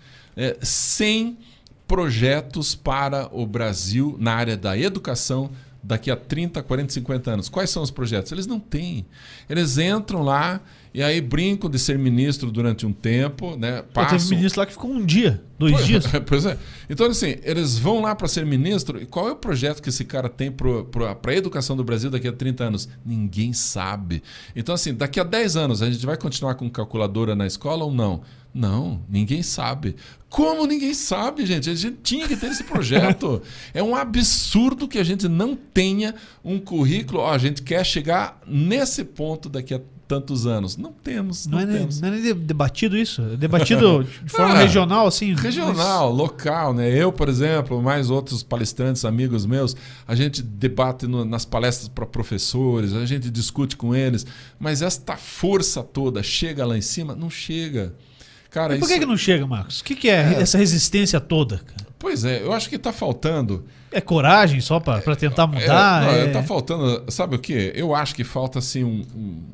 sem projetos para o Brasil na área da educação daqui a 30, 40, 50 anos. Quais são os projetos? Eles não têm. Eles entram lá e aí brincam de ser ministro durante um tempo. Né? Teve ministro lá que ficou 1 dia, 2 dias. Pois é. Então, assim, eles vão lá para ser ministro e qual é o projeto que esse cara tem para a educação do Brasil daqui a 30 anos? Ninguém sabe. Então, assim, daqui a 10 anos a gente vai continuar com calculadora na escola ou não? Não, ninguém sabe. Como ninguém sabe, gente? A gente tinha que ter esse projeto. É um absurdo que a gente não tenha um currículo. A gente quer chegar nesse ponto daqui a tantos anos. Não temos. Não é nem debatido isso? É debatido de forma regional, assim? Regional, local, né? Eu, por exemplo, mais outros palestrantes, amigos meus, a gente debate nas palestras para professores, a gente discute com eles, mas esta força toda chega lá em cima? Não chega. Cara, e por que não chega, Marcos? O que é essa resistência toda? Cara? Pois é, eu acho que está faltando... É coragem só para tentar mudar? Está faltando... Sabe o quê? Eu acho que falta assim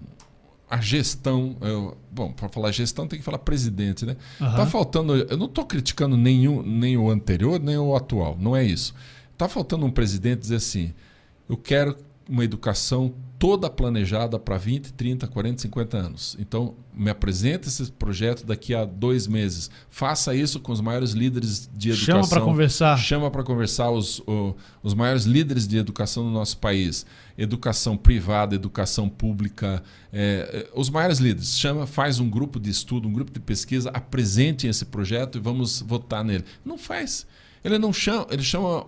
a gestão... Bom, para falar gestão tem que falar presidente, né? Está faltando... Eu não estou criticando nem o anterior, nem o atual. Não é isso. Está faltando um presidente dizer assim, eu quero uma educação toda planejada para 20, 30, 40, 50 anos. Então, me apresente esse projeto daqui a 2 meses. Faça isso com os maiores líderes de educação. Chama para conversar. Chama para conversar os maiores líderes de educação do nosso país. Educação privada, educação pública, os maiores líderes. Faz um grupo de estudo, um grupo de pesquisa, apresentem esse projeto e vamos votar nele. Não faz. Ele não chama, ele chama...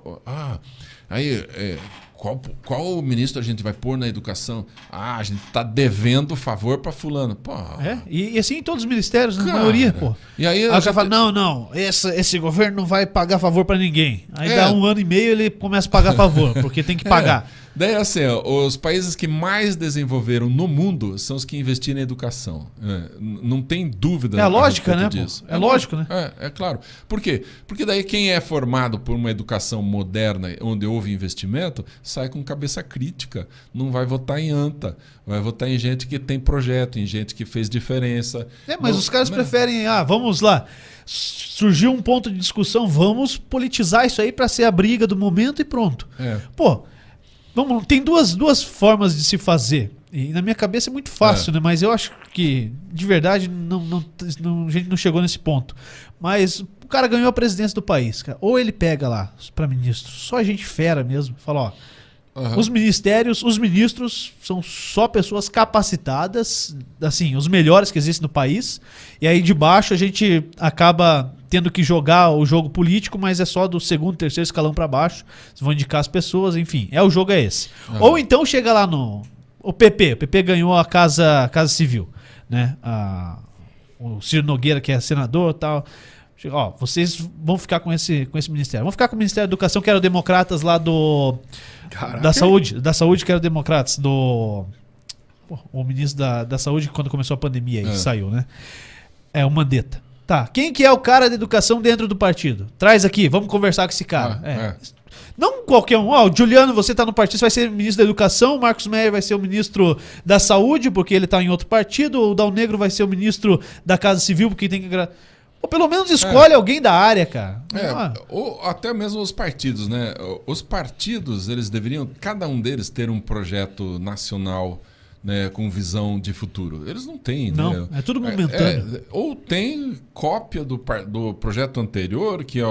Qual ministro a gente vai pôr na educação? A gente está devendo favor para fulano. Pô, e assim em todos os ministérios, na maioria, pô. E aí o cara fala, não, esse governo não vai pagar favor para ninguém. Aí dá 1 ano e meio ele começa a pagar favor, porque tem que pagar. Daí assim, os países que mais desenvolveram no mundo são os que investiram em educação. Não tem dúvida. É a lógica, né? Disso. É lógico, né? É claro. Por quê? Porque daí quem é formado por uma educação moderna, onde houve investimento, sai com cabeça crítica. Não vai votar em anta. Vai votar em gente que tem projeto, em gente que fez diferença. Mas os caras preferem, vamos lá. Surgiu um ponto de discussão, vamos politizar isso aí para ser a briga do momento e pronto. Pô, tem duas formas de se fazer. E na minha cabeça é muito fácil, né? Mas eu acho que, de verdade, a gente não chegou nesse ponto. Mas o cara ganhou a presidência do país, cara. Ou ele pega lá para ministro, só gente fera mesmo, fala, os ministros são só pessoas capacitadas, assim, os melhores que existem no país. E aí de baixo a gente acaba tendo que jogar o jogo político, mas é só do 2º, 3º escalão para baixo. Vocês vão indicar as pessoas, enfim. O jogo é esse. Ou então chega lá o PP. O PP ganhou a Casa Civil, né? O Ciro Nogueira, que é senador e tal. Vocês vão ficar com esse ministério. Vão ficar com o Ministério da Educação, que era o Democratas lá da Saúde, que era o Democratas, o ministro da Saúde, quando começou a pandemia, aí, saiu, né? O Mandetta. Tá, quem que é o cara da educação dentro do partido? Traz aqui, vamos conversar com esse cara. Não qualquer um. O Juliano, você tá no partido, você vai ser ministro da Educação, o Marcos Meyer vai ser o ministro da Saúde, porque ele tá em outro partido, o Dal Negro vai ser o ministro da Casa Civil, porque tem que... Ou pelo menos escolhe alguém da área, cara. Ou até mesmo os partidos, né? Os partidos, eles deveriam, cada um deles, ter um projeto nacional, né, com visão de futuro. Eles não têm, não, né? É tudo momentâneo. Ou tem cópia do projeto anterior, que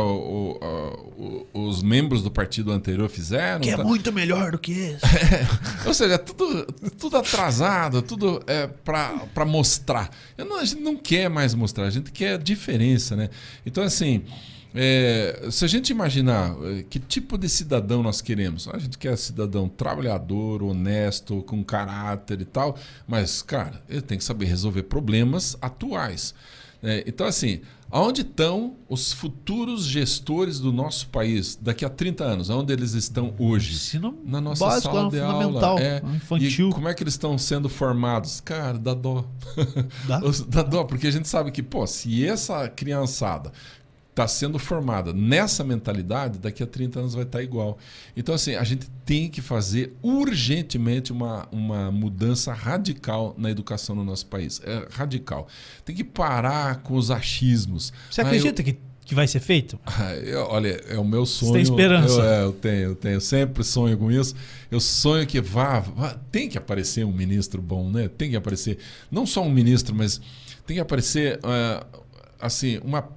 os membros do partido anterior fizeram. Que é muito melhor do que esse. Ou seja, tudo atrasado, tudo para mostrar. A gente não quer mais mostrar, a gente quer diferença, né? Então, assim... se a gente imaginar que tipo de cidadão nós queremos, a gente quer cidadão trabalhador, honesto, com caráter e tal, mas, cara, ele tem que saber resolver problemas atuais. Então, assim, aonde estão os futuros gestores do nosso país daqui a 30 anos? Aonde eles estão hoje? Ensino na nossa básico, sala de fundamental, aula. Infantil. E como é que eles estão sendo formados? Cara, dá dó. Dá dó, porque a gente sabe que, se essa criançada está sendo formada nessa mentalidade, daqui a 30 anos vai estar igual. Então, assim, a gente tem que fazer urgentemente uma mudança radical na educação no nosso país. É radical. Tem que parar com os achismos. Você acredita que vai ser feito? Olha, é o meu sonho. Você tem esperança? Eu tenho. Sempre sonho com isso. Eu sonho que tem que aparecer um ministro bom, né? Tem que aparecer, não só um ministro, mas tem que aparecer, assim,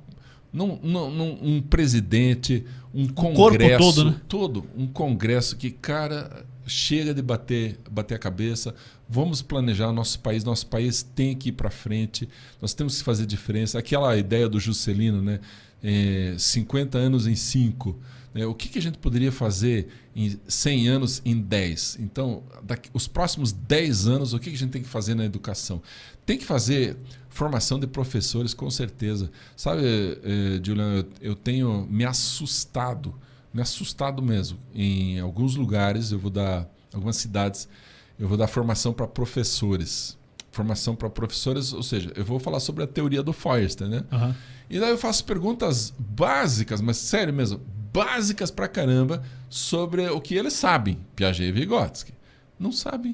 um presidente, um congresso, corpo todo, né? Um congresso que, cara, chega de bater a cabeça. Vamos planejar nosso país tem que ir para frente, nós temos que fazer diferença. Aquela ideia do Juscelino, né? 50 anos em 5. O que a gente poderia fazer em 100 anos em 10? Então, os próximos 10 anos, o que a gente tem que fazer na educação? Tem que fazer formação de professores, com certeza. Sabe, Juliano, eu tenho me assustado mesmo. Em alguns lugares, algumas cidades, eu vou dar formação para professores. Formação para professores, ou seja, eu vou falar sobre a teoria do Feuerstein, né? Uhum. E daí eu faço perguntas básicas, mas sério mesmo, básicas pra caramba, sobre o que eles sabem, Piaget e Vygotsky. Não sabem.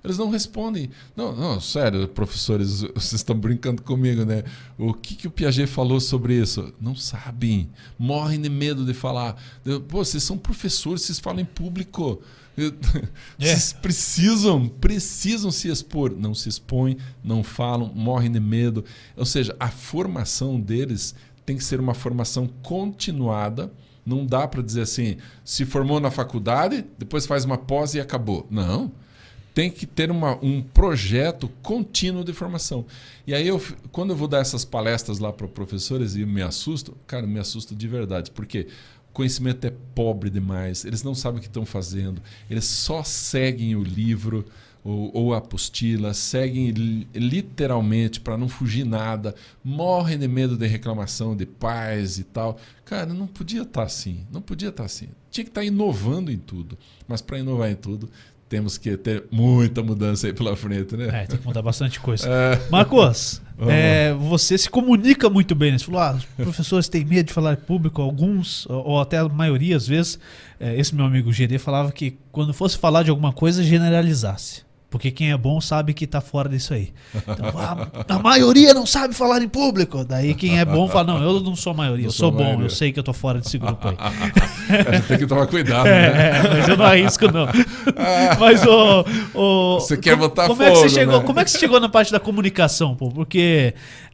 Eles não respondem. Não, sério, professores, vocês estão brincando comigo, né? O que o Piaget falou sobre isso? Não sabem. Morrem de medo de falar. Pô, vocês são professores, vocês falam em público. Vocês precisam se expor. Não se expõem, não falam, morrem de medo. Ou seja, a formação deles tem que ser uma formação continuada. Não dá para dizer assim, se formou na faculdade, depois faz uma pós e acabou. Não. Tem que ter um projeto contínuo de formação. E aí, quando eu vou dar essas palestras lá para professores e me assusto, cara, me assusto de verdade. Porque o conhecimento é pobre demais, eles não sabem o que estão fazendo, eles só seguem o livro ou a apostila, seguem literalmente para não fugir nada, morrem de medo de reclamação de pais e tal. Cara, não podia estar assim, não podia estar assim. Tinha que estar inovando em tudo, mas para inovar em tudo, temos que ter muita mudança aí pela frente, né? Tem que mudar bastante coisa. Marcos, você se comunica muito bem, né? Você falou, os professores têm medo de falar em público, alguns, ou até a maioria, às vezes. Esse meu amigo GD falava que quando fosse falar de alguma coisa, generalizasse. Porque quem é bom sabe que tá fora disso aí. Então, a maioria não sabe falar em público. Daí quem é bom fala, não, eu não sou a maioria, eu sou bom, eu sei que eu tô fora desse grupo aí. A gente tem que tomar cuidado, né? Mas eu não arrisco, não. Mas você quer botar como fogo, é que você chegou, né? Como é que você chegou na parte da comunicação, pô? Porque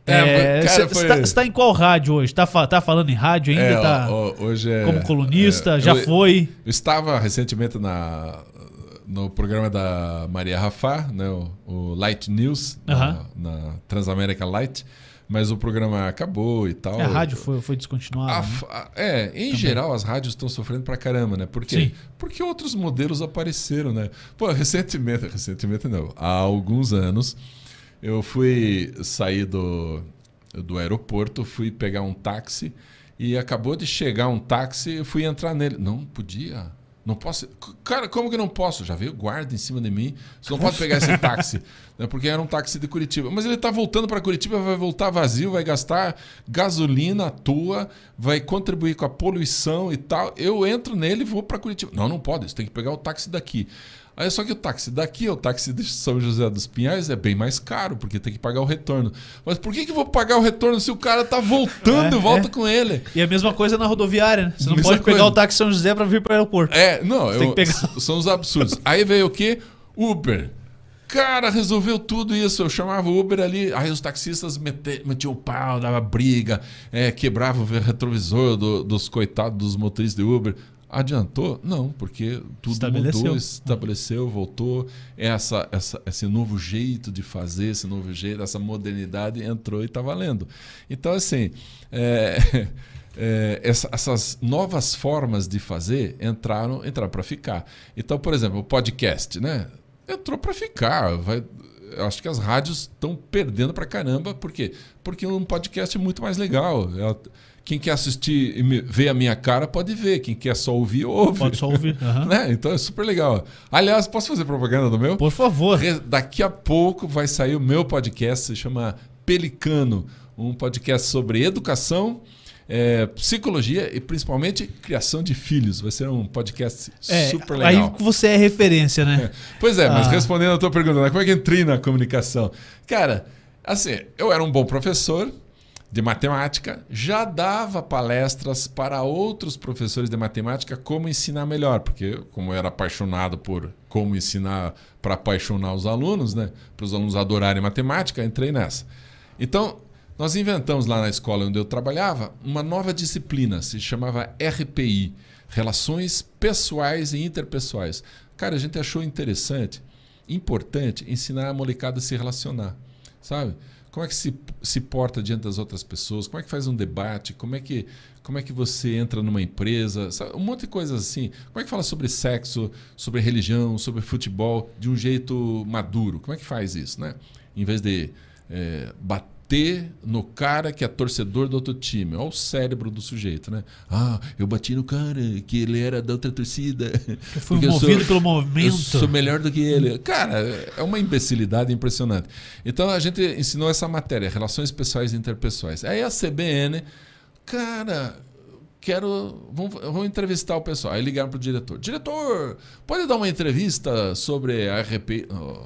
você tá em qual rádio hoje? Tá falando em rádio ainda? Hoje como colunista? Já foi? Eu estava recentemente no programa da Maria Rafá, né, o Light News, na Transamérica Light, mas o programa acabou e tal. A rádio foi descontinuada. Em geral, as rádios estão sofrendo pra caramba, né? Por quê? Sim. Porque outros modelos apareceram, né? Pô, recentemente não, há alguns anos, eu fui sair do aeroporto, fui pegar um táxi e acabou de chegar um táxi, eu fui entrar nele. Não podia. Não posso. Cara, como que não posso? Já veio guarda em cima de mim. Você não pode pegar esse táxi. Né? Porque era um táxi de Curitiba. Mas ele está voltando para Curitiba, vai voltar vazio, vai gastar gasolina à toa, vai contribuir com a poluição e tal. Eu entro nele e vou para Curitiba. Não pode. Você tem que pegar o táxi daqui. Aí só que o táxi daqui, o táxi de São José dos Pinhais, é bem mais caro, porque tem que pagar o retorno. Mas por que eu vou pagar o retorno se o cara tá voltando e volta com ele? E a mesma coisa na rodoviária, né? Você não pode pegar o táxi São José para vir para o aeroporto. Tem que pegar. São os absurdos. Aí veio o quê? Uber. Cara, resolveu tudo isso. Eu chamava o Uber ali, aí os taxistas metiam o pau, dava briga, quebrava o retrovisor dos coitados dos motoristas de Uber. Adiantou? Não, porque tudo mudou, estabeleceu, voltou. Esse novo jeito de fazer, esse novo jeito, essa modernidade entrou e está valendo. Então, assim, essas novas formas de fazer entraram para ficar. Então, por exemplo, o podcast, né? Entrou para ficar. Eu acho que as rádios estão perdendo para caramba. Por quê? Porque um podcast é muito mais legal. Quem quer assistir e ver a minha cara pode ver. Quem quer só ouvir, ouve. Pode só ouvir. Uhum. Né? Então é super legal. Aliás, posso fazer propaganda do meu? Por favor. Daqui a pouco vai sair o meu podcast, se chama Pelicano. Um podcast sobre educação, psicologia e principalmente criação de filhos. Vai ser um podcast super legal. Aí você é referência, né? Pois mas respondendo a tua pergunta, né? Como é que entrei na comunicação? Cara, assim, eu era um bom professor de matemática, já dava palestras para outros professores de matemática como ensinar melhor, porque como eu era apaixonado por como ensinar para apaixonar os alunos, né? Para os alunos adorarem matemática, entrei nessa. Então, nós inventamos lá na escola onde eu trabalhava uma nova disciplina, se chamava RPI, Relações Pessoais e Interpessoais. Cara, a gente achou importante ensinar a molecada a se relacionar, sabe? Como é que se porta diante das outras pessoas? Como é que faz um debate? Como é que você entra numa empresa? Sabe? Um monte de coisas assim. Como é que fala sobre sexo, sobre religião, sobre futebol de um jeito maduro? Como é que faz isso, né? Em vez de bater no cara que é torcedor do outro time. Olha o cérebro do sujeito, né? Eu bati no cara, que ele era da outra torcida. Eu fui movido pelo movimento. Eu sou melhor do que ele. Cara, é uma imbecilidade impressionante. Então a gente ensinou essa matéria, Relações Pessoais e Interpessoais. Aí a CBN, cara, vamos entrevistar o pessoal. Aí ligaram pro diretor. Diretor, pode dar uma entrevista sobre a RP?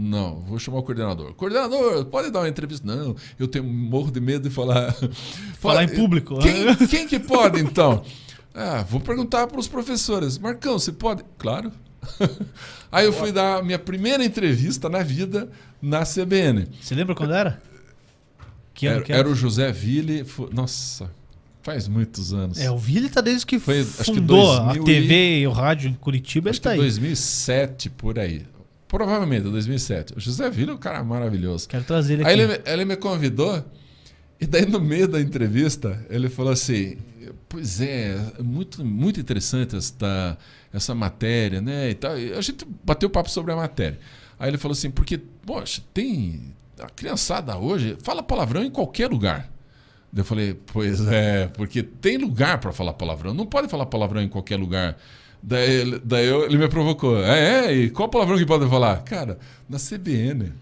Não, vou chamar o coordenador. Coordenador, pode dar uma entrevista? Não, eu tenho morro de medo de falar... Falar em público. Quem que pode, então? Vou perguntar para os professores. Marcão, você pode? Claro. Aí eu fui dar a minha primeira entrevista na vida na CBN. Você lembra quando era? Que ano que era o José Ville. Nossa, faz muitos anos. O Ville tá desde que foi, fundou a TV e o rádio em Curitiba. Acho que 2007, por aí. Provavelmente, 2007. O José Ville é um cara maravilhoso. Quero trazer ele aqui. Aí ele me convidou, e daí no meio da entrevista, ele falou assim, pois é, muito, muito interessante essa matéria, né? E tal. E a gente bateu papo sobre a matéria. Aí ele falou assim, porque, poxa, a criançada hoje fala palavrão em qualquer lugar. Eu falei, pois é, porque tem lugar para falar palavrão. Não pode falar palavrão em qualquer lugar. Daí ele me provocou. E qual palavrão que pode falar? Cara, na CBN.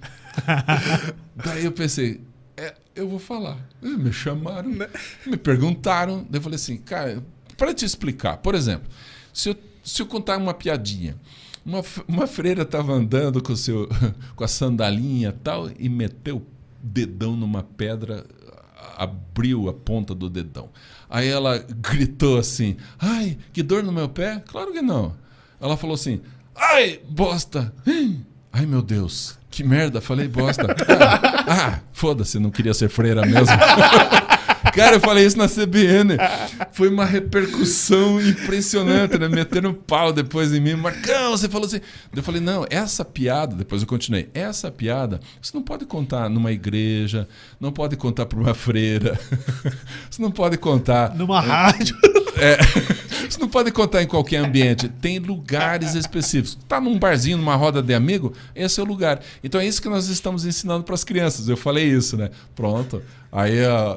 Daí eu pensei, eu vou falar. Eles me chamaram, me perguntaram. Daí eu falei assim, cara, para te explicar. Por exemplo, se eu contar uma piadinha. Uma freira estava andando com a sandalinha e tal e meteu o dedão numa pedra, abriu a ponta do dedão. Aí ela gritou assim, ai, que dor no meu pé? Claro que não. Ela falou assim, ai, bosta. Ai, meu Deus, que merda, falei bosta. Foda-se, não queria ser freira mesmo. Cara, eu falei isso na CBN. Foi uma repercussão impressionante, né? Meteram pau depois em mim. Marcão, você falou assim. Eu falei, não, essa piada, depois eu continuei. Essa piada, você não pode contar numa igreja, não pode contar para uma freira, você não pode contar... Numa rádio. Você não pode contar em qualquer ambiente. Tem lugares específicos. Tá num barzinho, numa roda de amigo, esse é o lugar. Então é isso que nós estamos ensinando para as crianças. Eu falei isso, né? Pronto. Aí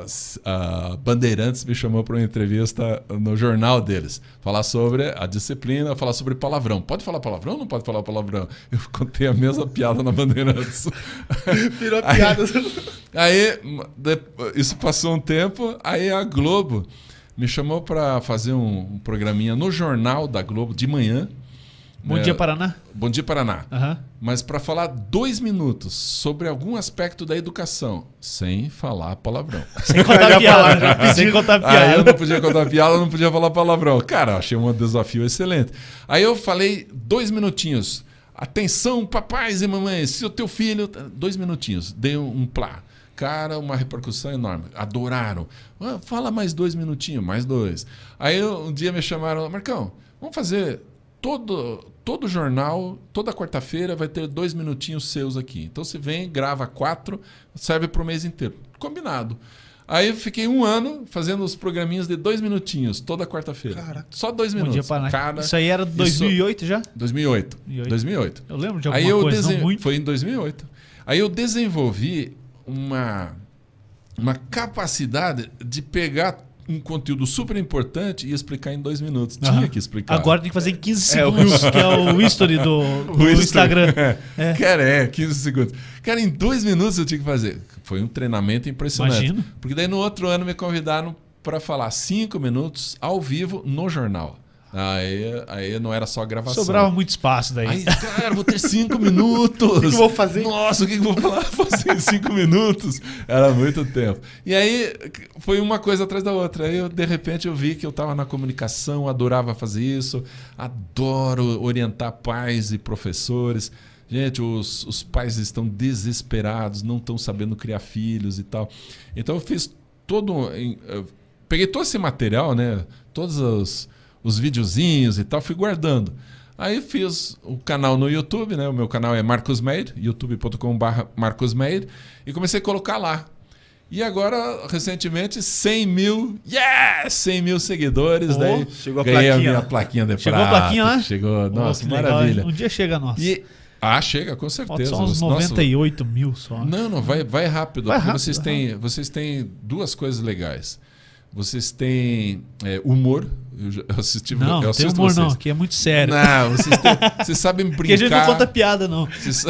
a Bandeirantes me chamou para uma entrevista no jornal deles. Falar sobre a disciplina, falar sobre palavrão. Pode falar palavrão ou não pode falar palavrão? Eu contei a mesma piada na Bandeirantes. Virou piada. Aí, isso passou um tempo, aí a Globo me chamou para fazer um programinha no Jornal da Globo de manhã. Bom Dia Paraná? Bom Dia Paraná. Uhum. Mas para falar 2 minutos sobre algum aspecto da educação, sem falar palavrão. Sem contar piada. Sem contar piada. Aí eu não podia contar piada, não podia falar palavrão. Cara, achei um desafio excelente. Aí eu falei 2 minutinhos. Atenção, papais e mamães, se o teu filho... 2 minutinhos, dei um plá. Cara, uma repercussão enorme. Adoraram. Fala mais 2 minutinhos, mais 2. Aí um dia me chamaram, Marcão, vamos fazer todo jornal, toda quarta-feira vai ter 2 minutinhos seus aqui. Então você vem, grava 4, serve para o mês inteiro. Combinado. Aí eu fiquei 1 ano fazendo os programinhas de 2 minutinhos, toda quarta-feira. Só 2 minutos. Bom Dia Paraná. Cara, isso aí era 2008 já? 2008. Eu lembro de alguma coisa, não muito. Foi em 2008. Aí eu desenvolvi uma capacidade de pegar um conteúdo super importante e explicar em 2 minutos. Tinha que explicar. Agora tem que fazer em 15 segundos, que é o history do Instagram. Cara, 15 segundos. Cara, em 2 minutos eu tinha que fazer. Foi um treinamento impressionante. Imagino. Porque daí no outro ano me convidaram para falar 5 minutos ao vivo no jornal. Aí não era só gravação. Sobrava muito espaço daí. Aí, cara, vou ter 5 minutos. O que eu vou fazer? Nossa, o que eu vou fazer em 5 minutos? Era muito tempo. E aí foi uma coisa atrás da outra. Aí de repente eu vi que eu estava na comunicação, adorava fazer isso. Adoro orientar pais e professores. Gente, os pais estão desesperados, não estão sabendo criar filhos e tal. Então eu fiz peguei todo esse material, né? Todos os videozinhos e tal, fui guardando. Aí fiz o canal no YouTube, né? O meu canal é Marcos Meir, youtube.com/Marcos Meir, e comecei a colocar lá. E agora, recentemente, 100 mil seguidores. Daí chegou a ganhei plaquinha. A minha plaquinha de Chegou prata. a plaquinha lá? Chegou, nossa, maravilha. maravilha. Um dia chega a nossa. Chega, com certeza. Falta só uns 98 mil só. Não, vai rápido. Vai porque rápido, vocês têm 2 coisas legais. Vocês têm humor. Eu assisti, não tem humor vocês. Não, aqui é muito sério. Não, vocês sabem brincar. Porque a gente não conta piada, não.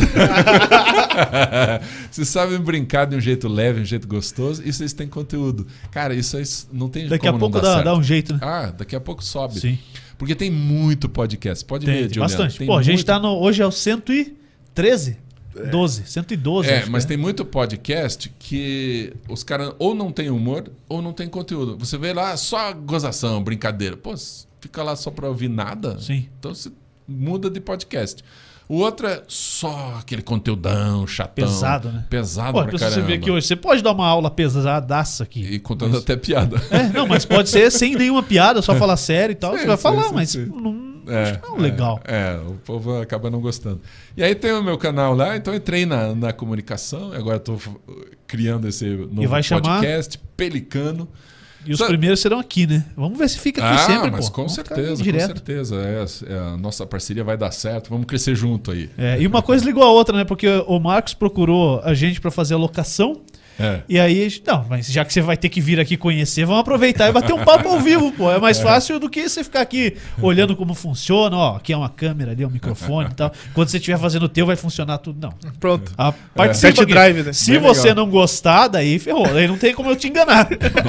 Vocês sabem brincar de um jeito leve, um jeito gostoso, e vocês têm conteúdo. Cara, isso aí não tem daqui como a pouco não dá um jeito, né? Daqui a pouco sobe. Sim. Porque tem muito podcast. Pode ver, tem bastante. Tem a gente tá hoje é o 113? 112. Mas tem muito podcast que os caras ou não tem humor ou não tem conteúdo. Você vê lá só gozação, brincadeira. Pô, fica lá só pra ouvir nada. Sim. Então você muda de podcast. O outro é só aquele conteúdão chatão. Pesado, né? Pesado Pô, pra você caramba. vê que hoje você pode dar uma aula pesadaça aqui. E contando até piada. Não, mas pode ser sem nenhuma piada, só falar sério e tal. Você vai falar, mas sim. acho que não é legal. O povo acaba não gostando. E aí tem o meu canal lá, então eu entrei na comunicação, agora estou criando esse novo podcast, Pelicano. E os primeiros serão aqui, né? Vamos ver se fica aqui sempre, mas pô. com certeza. A nossa parceria vai dar certo, vamos crescer junto aí. E uma coisa ligou a outra, né? Porque o Marcos procurou a gente para fazer a locação. E aí, não, mas já que você vai ter que vir aqui conhecer, vamos aproveitar e bater um papo ao vivo, pô. É mais fácil do que você ficar aqui olhando como funciona. Ó, aqui é uma câmera, ali é um microfone e tal. Quando você estiver fazendo o teu, vai funcionar tudo. Não. Pronto. Participa aqui. Drive, né? Se você não gostar, daí ferrou. Daí não tem como eu te enganar.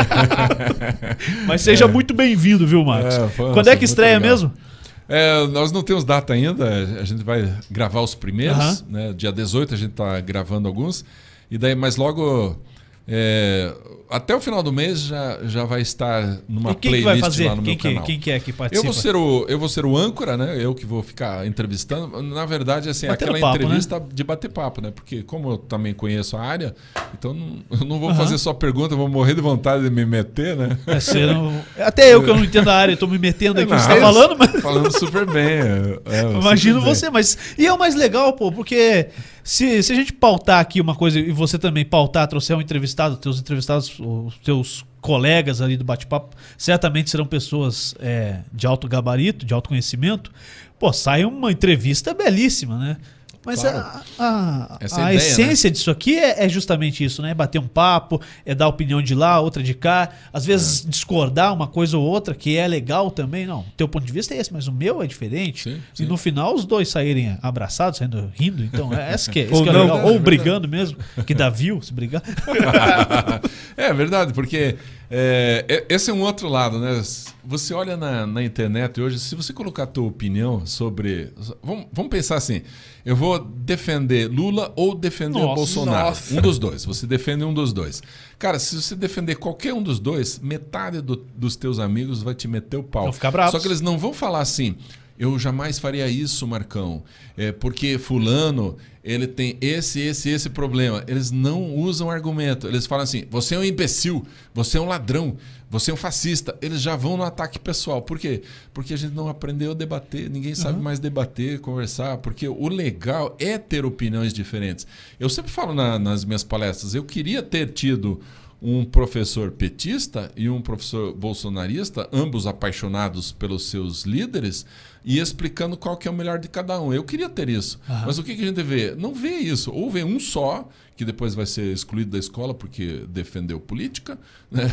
Mas seja muito bem-vindo, viu, Marcos? Quando é que estreia mesmo? Nós não temos data ainda. A gente vai gravar os primeiros. Né? Dia 18 a gente está gravando alguns. E daí, mas logo, até o final do mês já vai estar numa playlist vai fazer? Lá no meu canal. Quem que é que participa? Eu vou ser o âncora, né? Eu que vou ficar entrevistando. Na verdade, assim, Batendo aquela papo, entrevista de bater papo, né? Porque como eu também conheço a área, então eu não vou fazer só pergunta, eu vou morrer de vontade de me meter, né? Até eu que eu não entendo a área, estou me metendo aqui, você está falando, mas... Falando super bem. Imagino você, mas... E é o mais legal, pô, porque... Se a gente pautar aqui uma coisa e você também pautar, trouxer um entrevistado, teus entrevistados, os teus colegas ali do bate-papo, certamente serão pessoas de alto gabarito, de alto conhecimento. Pô, sai uma entrevista belíssima, né? Mas claro. a ideia, essência disso aqui é justamente isso, né? É bater um papo, é dar opinião de lá, outra de cá. Às vezes discordar uma coisa ou outra, que é legal também. Não, o teu ponto de vista é esse, mas o meu é diferente. Sim. E no final os dois saírem abraçados, saindo rindo. Então, esse que é legal. Ou brigando mesmo, que dá view se brigar. É verdade, porque esse é um outro lado, né? Você olha na internet hoje, se você colocar a tua opinião sobre... Vamos pensar assim, eu vou defender Lula ou defender o Bolsonaro. Um dos dois, você defende um dos dois. Cara, se você defender qualquer um dos dois, metade dos teus amigos vai te meter o pau. Vão ficar bravos. Só que eles não vão falar assim... Eu jamais faria isso, Marcão, porque fulano, ele tem esse problema. Eles não usam argumento. Eles falam assim, você é um imbecil, você é um ladrão, você é um fascista. Eles já vão no ataque pessoal. Por quê? Porque a gente não aprendeu a debater. Ninguém sabe mais debater, conversar. Porque o legal é ter opiniões diferentes. Eu sempre falo nas minhas palestras, eu queria ter tido um professor petista e um professor bolsonarista, ambos apaixonados pelos seus líderes, e explicando qual que é o melhor de cada um. Eu queria ter isso. Mas o que a gente vê? Não vê isso. Ou vê um só, que depois vai ser excluído da escola porque defendeu política. Né?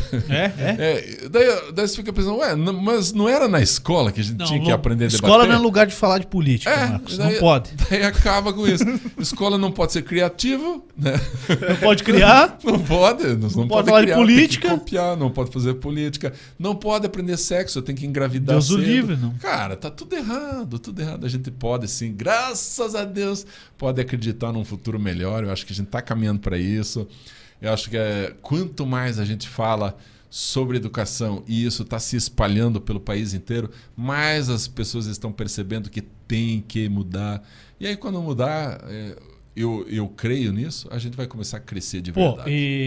Daí você fica pensando, mas não era na escola que a gente tinha que aprender a debater? Escola não é lugar de falar de política, Marcos. Não pode. Daí acaba com isso. Escola não pode ser criativo. Né? Não pode criar. Não pode. Não pode falar criar, de política. Tem que copiar, não pode fazer política. Não pode aprender sexo, tem que engravidar Deus cedo. o livre, não. Cara, tá tudo errado, tudo errado. A gente pode, sim, graças a Deus, pode acreditar num futuro melhor. Eu acho que a gente está caminhando para isso. Eu acho que quanto mais a gente fala sobre educação e isso está se espalhando pelo país inteiro, mais as pessoas estão percebendo que tem que mudar. E aí, quando mudar, eu creio nisso, a gente vai começar a crescer de verdade.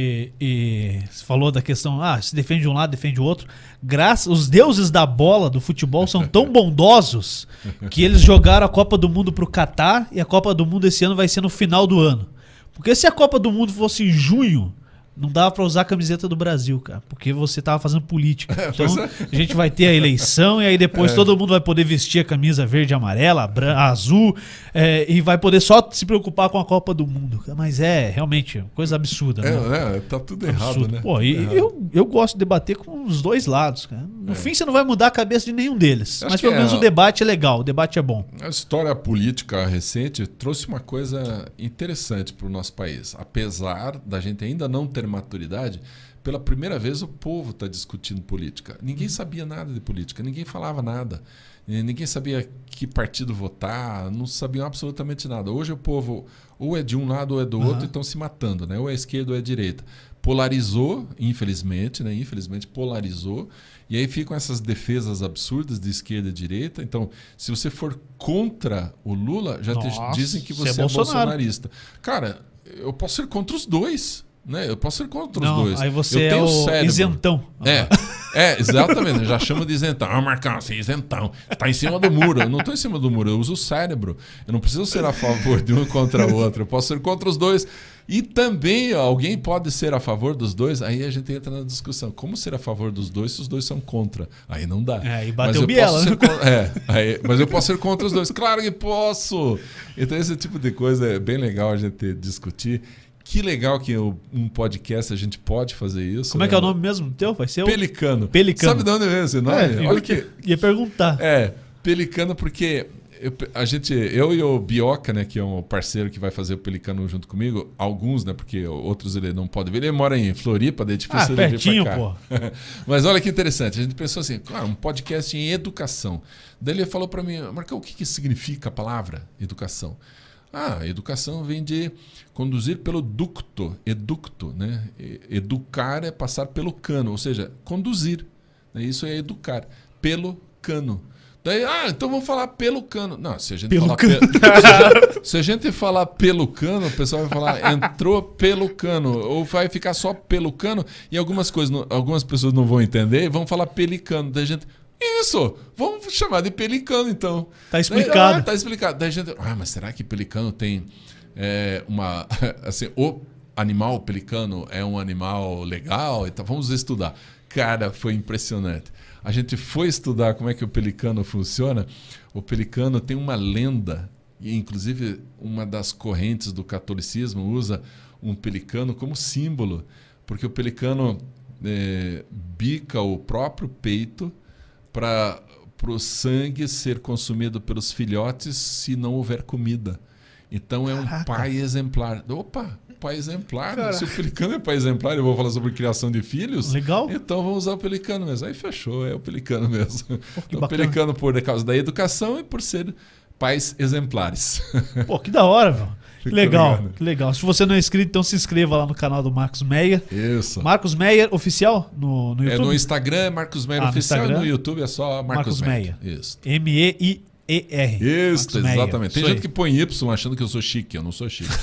E você falou da questão, se defende de um lado, defende o outro. Os deuses da bola do futebol são tão bondosos que eles jogaram a Copa do Mundo pro Catar e a Copa do Mundo esse ano vai ser no final do ano. Porque se a Copa do Mundo fosse em junho, não dava pra usar a camiseta do Brasil, cara, porque você tava fazendo política. Então a gente vai ter a eleição e aí depois todo mundo vai poder vestir a camisa verde, amarela, azul e vai poder só se preocupar com a Copa do Mundo. Mas realmente coisa absurda, né? Tá tudo errado, né? Pô, eu gosto de debater com os dois lados, cara. No fim você não vai mudar a cabeça de nenhum deles. Mas pelo menos o debate é legal, o debate é bom. A história política recente trouxe uma coisa interessante para o nosso país. Apesar da gente ainda não ter hipermaturidade. Pela primeira vez o povo está discutindo política. Ninguém sabia nada de política, ninguém falava nada. Ninguém sabia que partido votar, não sabiam absolutamente nada. Hoje o povo ou é de um lado ou é do outro e estão se matando, né? Ou é esquerda ou é direita. Polarizou, infelizmente, né? Infelizmente polarizou. E aí ficam essas defesas absurdas de esquerda e direita. Então, se você for contra o Lula, já dizem que você é bolsonarista. Cara, eu posso ser contra os dois. Né? Eu posso ser contra os dois. Aí você é o cérebro. Isentão. Exatamente. Eu já chamo de isentão. Marcão, você é isentão. Está em cima do muro. Eu não estou em cima do muro, eu uso o cérebro. Eu não preciso ser a favor de um contra o outro. Eu posso ser contra os dois. E também alguém pode ser a favor dos dois. Aí a gente entra na discussão. Como ser a favor dos dois se os dois são contra? Aí não dá. E bateu o Biela. Mas eu posso ser contra os dois. Claro que posso. Então esse tipo de coisa é bem legal a gente discutir. Que legal que um podcast a gente pode fazer isso. Como é que é o nome mesmo teu? Vai ser o Pelicano. Pelicano. Sabe de onde vem esse nome? Olha que ia perguntar. Pelicano porque eu e o Bioca, né, que é um parceiro que vai fazer o Pelicano junto comigo, alguns, né, porque outros ele não pode ver. Ele mora em Floripa, daí é difícil ele vir pra cá. Pô. Mas olha que interessante. A gente pensou assim, claro, um podcast em educação. Daí ele falou para mim, Marcão, o que significa a palavra educação? Educação vem de conduzir pelo ducto, educto, né? Educar é passar pelo cano, ou seja, conduzir. Né? Isso é educar, pelo cano. Daí, então vamos falar pelo cano. Não, se a gente se a gente falar pelo cano, o pessoal vai falar entrou pelo cano, ou vai ficar só pelo cano, e algumas pessoas não vão entender e vão falar pelicano. Daí a gente... Isso! Vamos chamar de pelicano, então. Tá explicado. Tá explicado. Daí a gente... mas será que pelicano tem uma... assim, o animal pelicano é um animal legal? Então vamos estudar. Cara, foi impressionante. A gente foi estudar como é que o pelicano funciona. O pelicano tem uma lenda, e inclusive uma das correntes do catolicismo usa um pelicano como símbolo, porque o pelicano bica o próprio peito para o sangue ser consumido pelos filhotes se não houver comida. Então é um pai exemplar. Opa, pai exemplar. Cara. Se o pelicano é pai exemplar, eu vou falar sobre criação de filhos. Legal. Então vamos usar o pelicano mesmo. Aí fechou, é o pelicano mesmo. O pelicano por causa da educação e por ser pais exemplares. Pô, que da hora, meu. Que legal, que legal. Se você não é inscrito, então se inscreva lá no canal do Marcos Meyer. Isso. Marcos Meyer Oficial no YouTube? No Instagram é Marcos Meyer Oficial e no YouTube é só Marcos Meyer. Isso. M-E-I-E-R. Isso, exatamente. Tem gente que põe Y achando que eu sou chique. Eu não sou chique.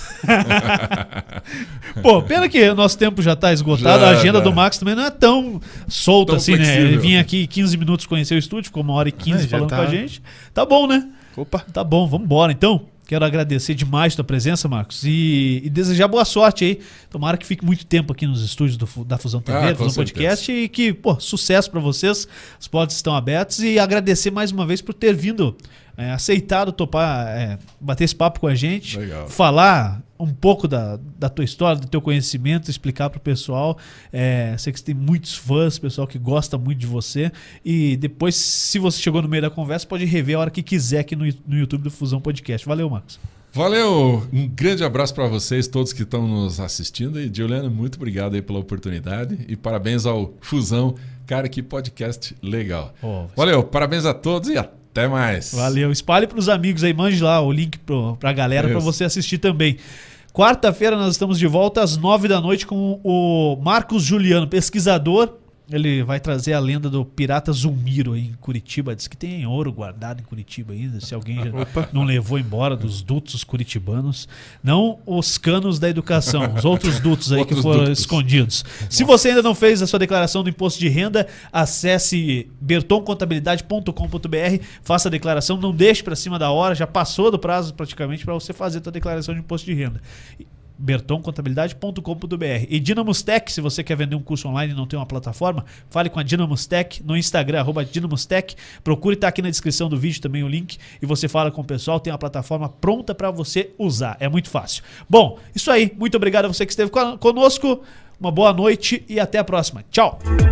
Pô, pena que o nosso tempo já está esgotado. A agenda do Marcos também não é tão solta assim, flexível, né? Ele vinha aqui 15 minutos conhecer o estúdio, ficou 1h15 falando com a gente. Tá bom, né? Opa. Tá bom, vamos embora então. Quero agradecer demais a tua presença, Marcos, e desejar boa sorte aí. Tomara que fique muito tempo aqui nos estúdios da Fusão TV, Fusão Podcast, e que, sucesso para vocês. As portas estão abertas, e agradecer mais uma vez por ter vindo, aceitado topar, bater esse papo com a gente. Legal. Falar um pouco da tua história, do teu conhecimento, explicar para o pessoal. Sei que você tem muitos fãs, pessoal que gosta muito de você. E depois, se você chegou no meio da conversa, pode rever a hora que quiser aqui no YouTube do Fusão Podcast. Valeu, Marcos. Valeu, um grande abraço para vocês, todos que estão nos assistindo. E, Juliano, muito obrigado aí pela oportunidade. E parabéns ao Fusão. Cara, que podcast legal. Valeu, parabéns a todos e até mais. Valeu, espalhe para os amigos aí, mande lá o link para a galera para você assistir também. Quarta-feira nós estamos de volta às 9 da noite com o Marcos Juliano, pesquisador. Ele vai trazer a lenda do pirata Zulmiro aí em Curitiba. Diz que tem ouro guardado em Curitiba ainda, se alguém já não levou embora dos dutos curitibanos. Não os canos da educação, os outros dutos aí que foram escondidos. Se você ainda não fez a sua declaração do imposto de renda, acesse bertoncontabilidade.com.br, faça a declaração, não deixe para cima da hora, já passou do prazo praticamente para você fazer a sua declaração de imposto de renda. bertoncontabilidade.com.br. E Dynamos Tech, se você quer vender um curso online e não tem uma plataforma, fale com a Dynamos Tech no Instagram, @DynamosTech. Procure, estar aqui na descrição do vídeo também o link, e você fala com o pessoal, tem uma plataforma pronta para você usar. É muito fácil. Bom, isso aí. Muito obrigado a você que esteve conosco. Uma boa noite e até a próxima. Tchau!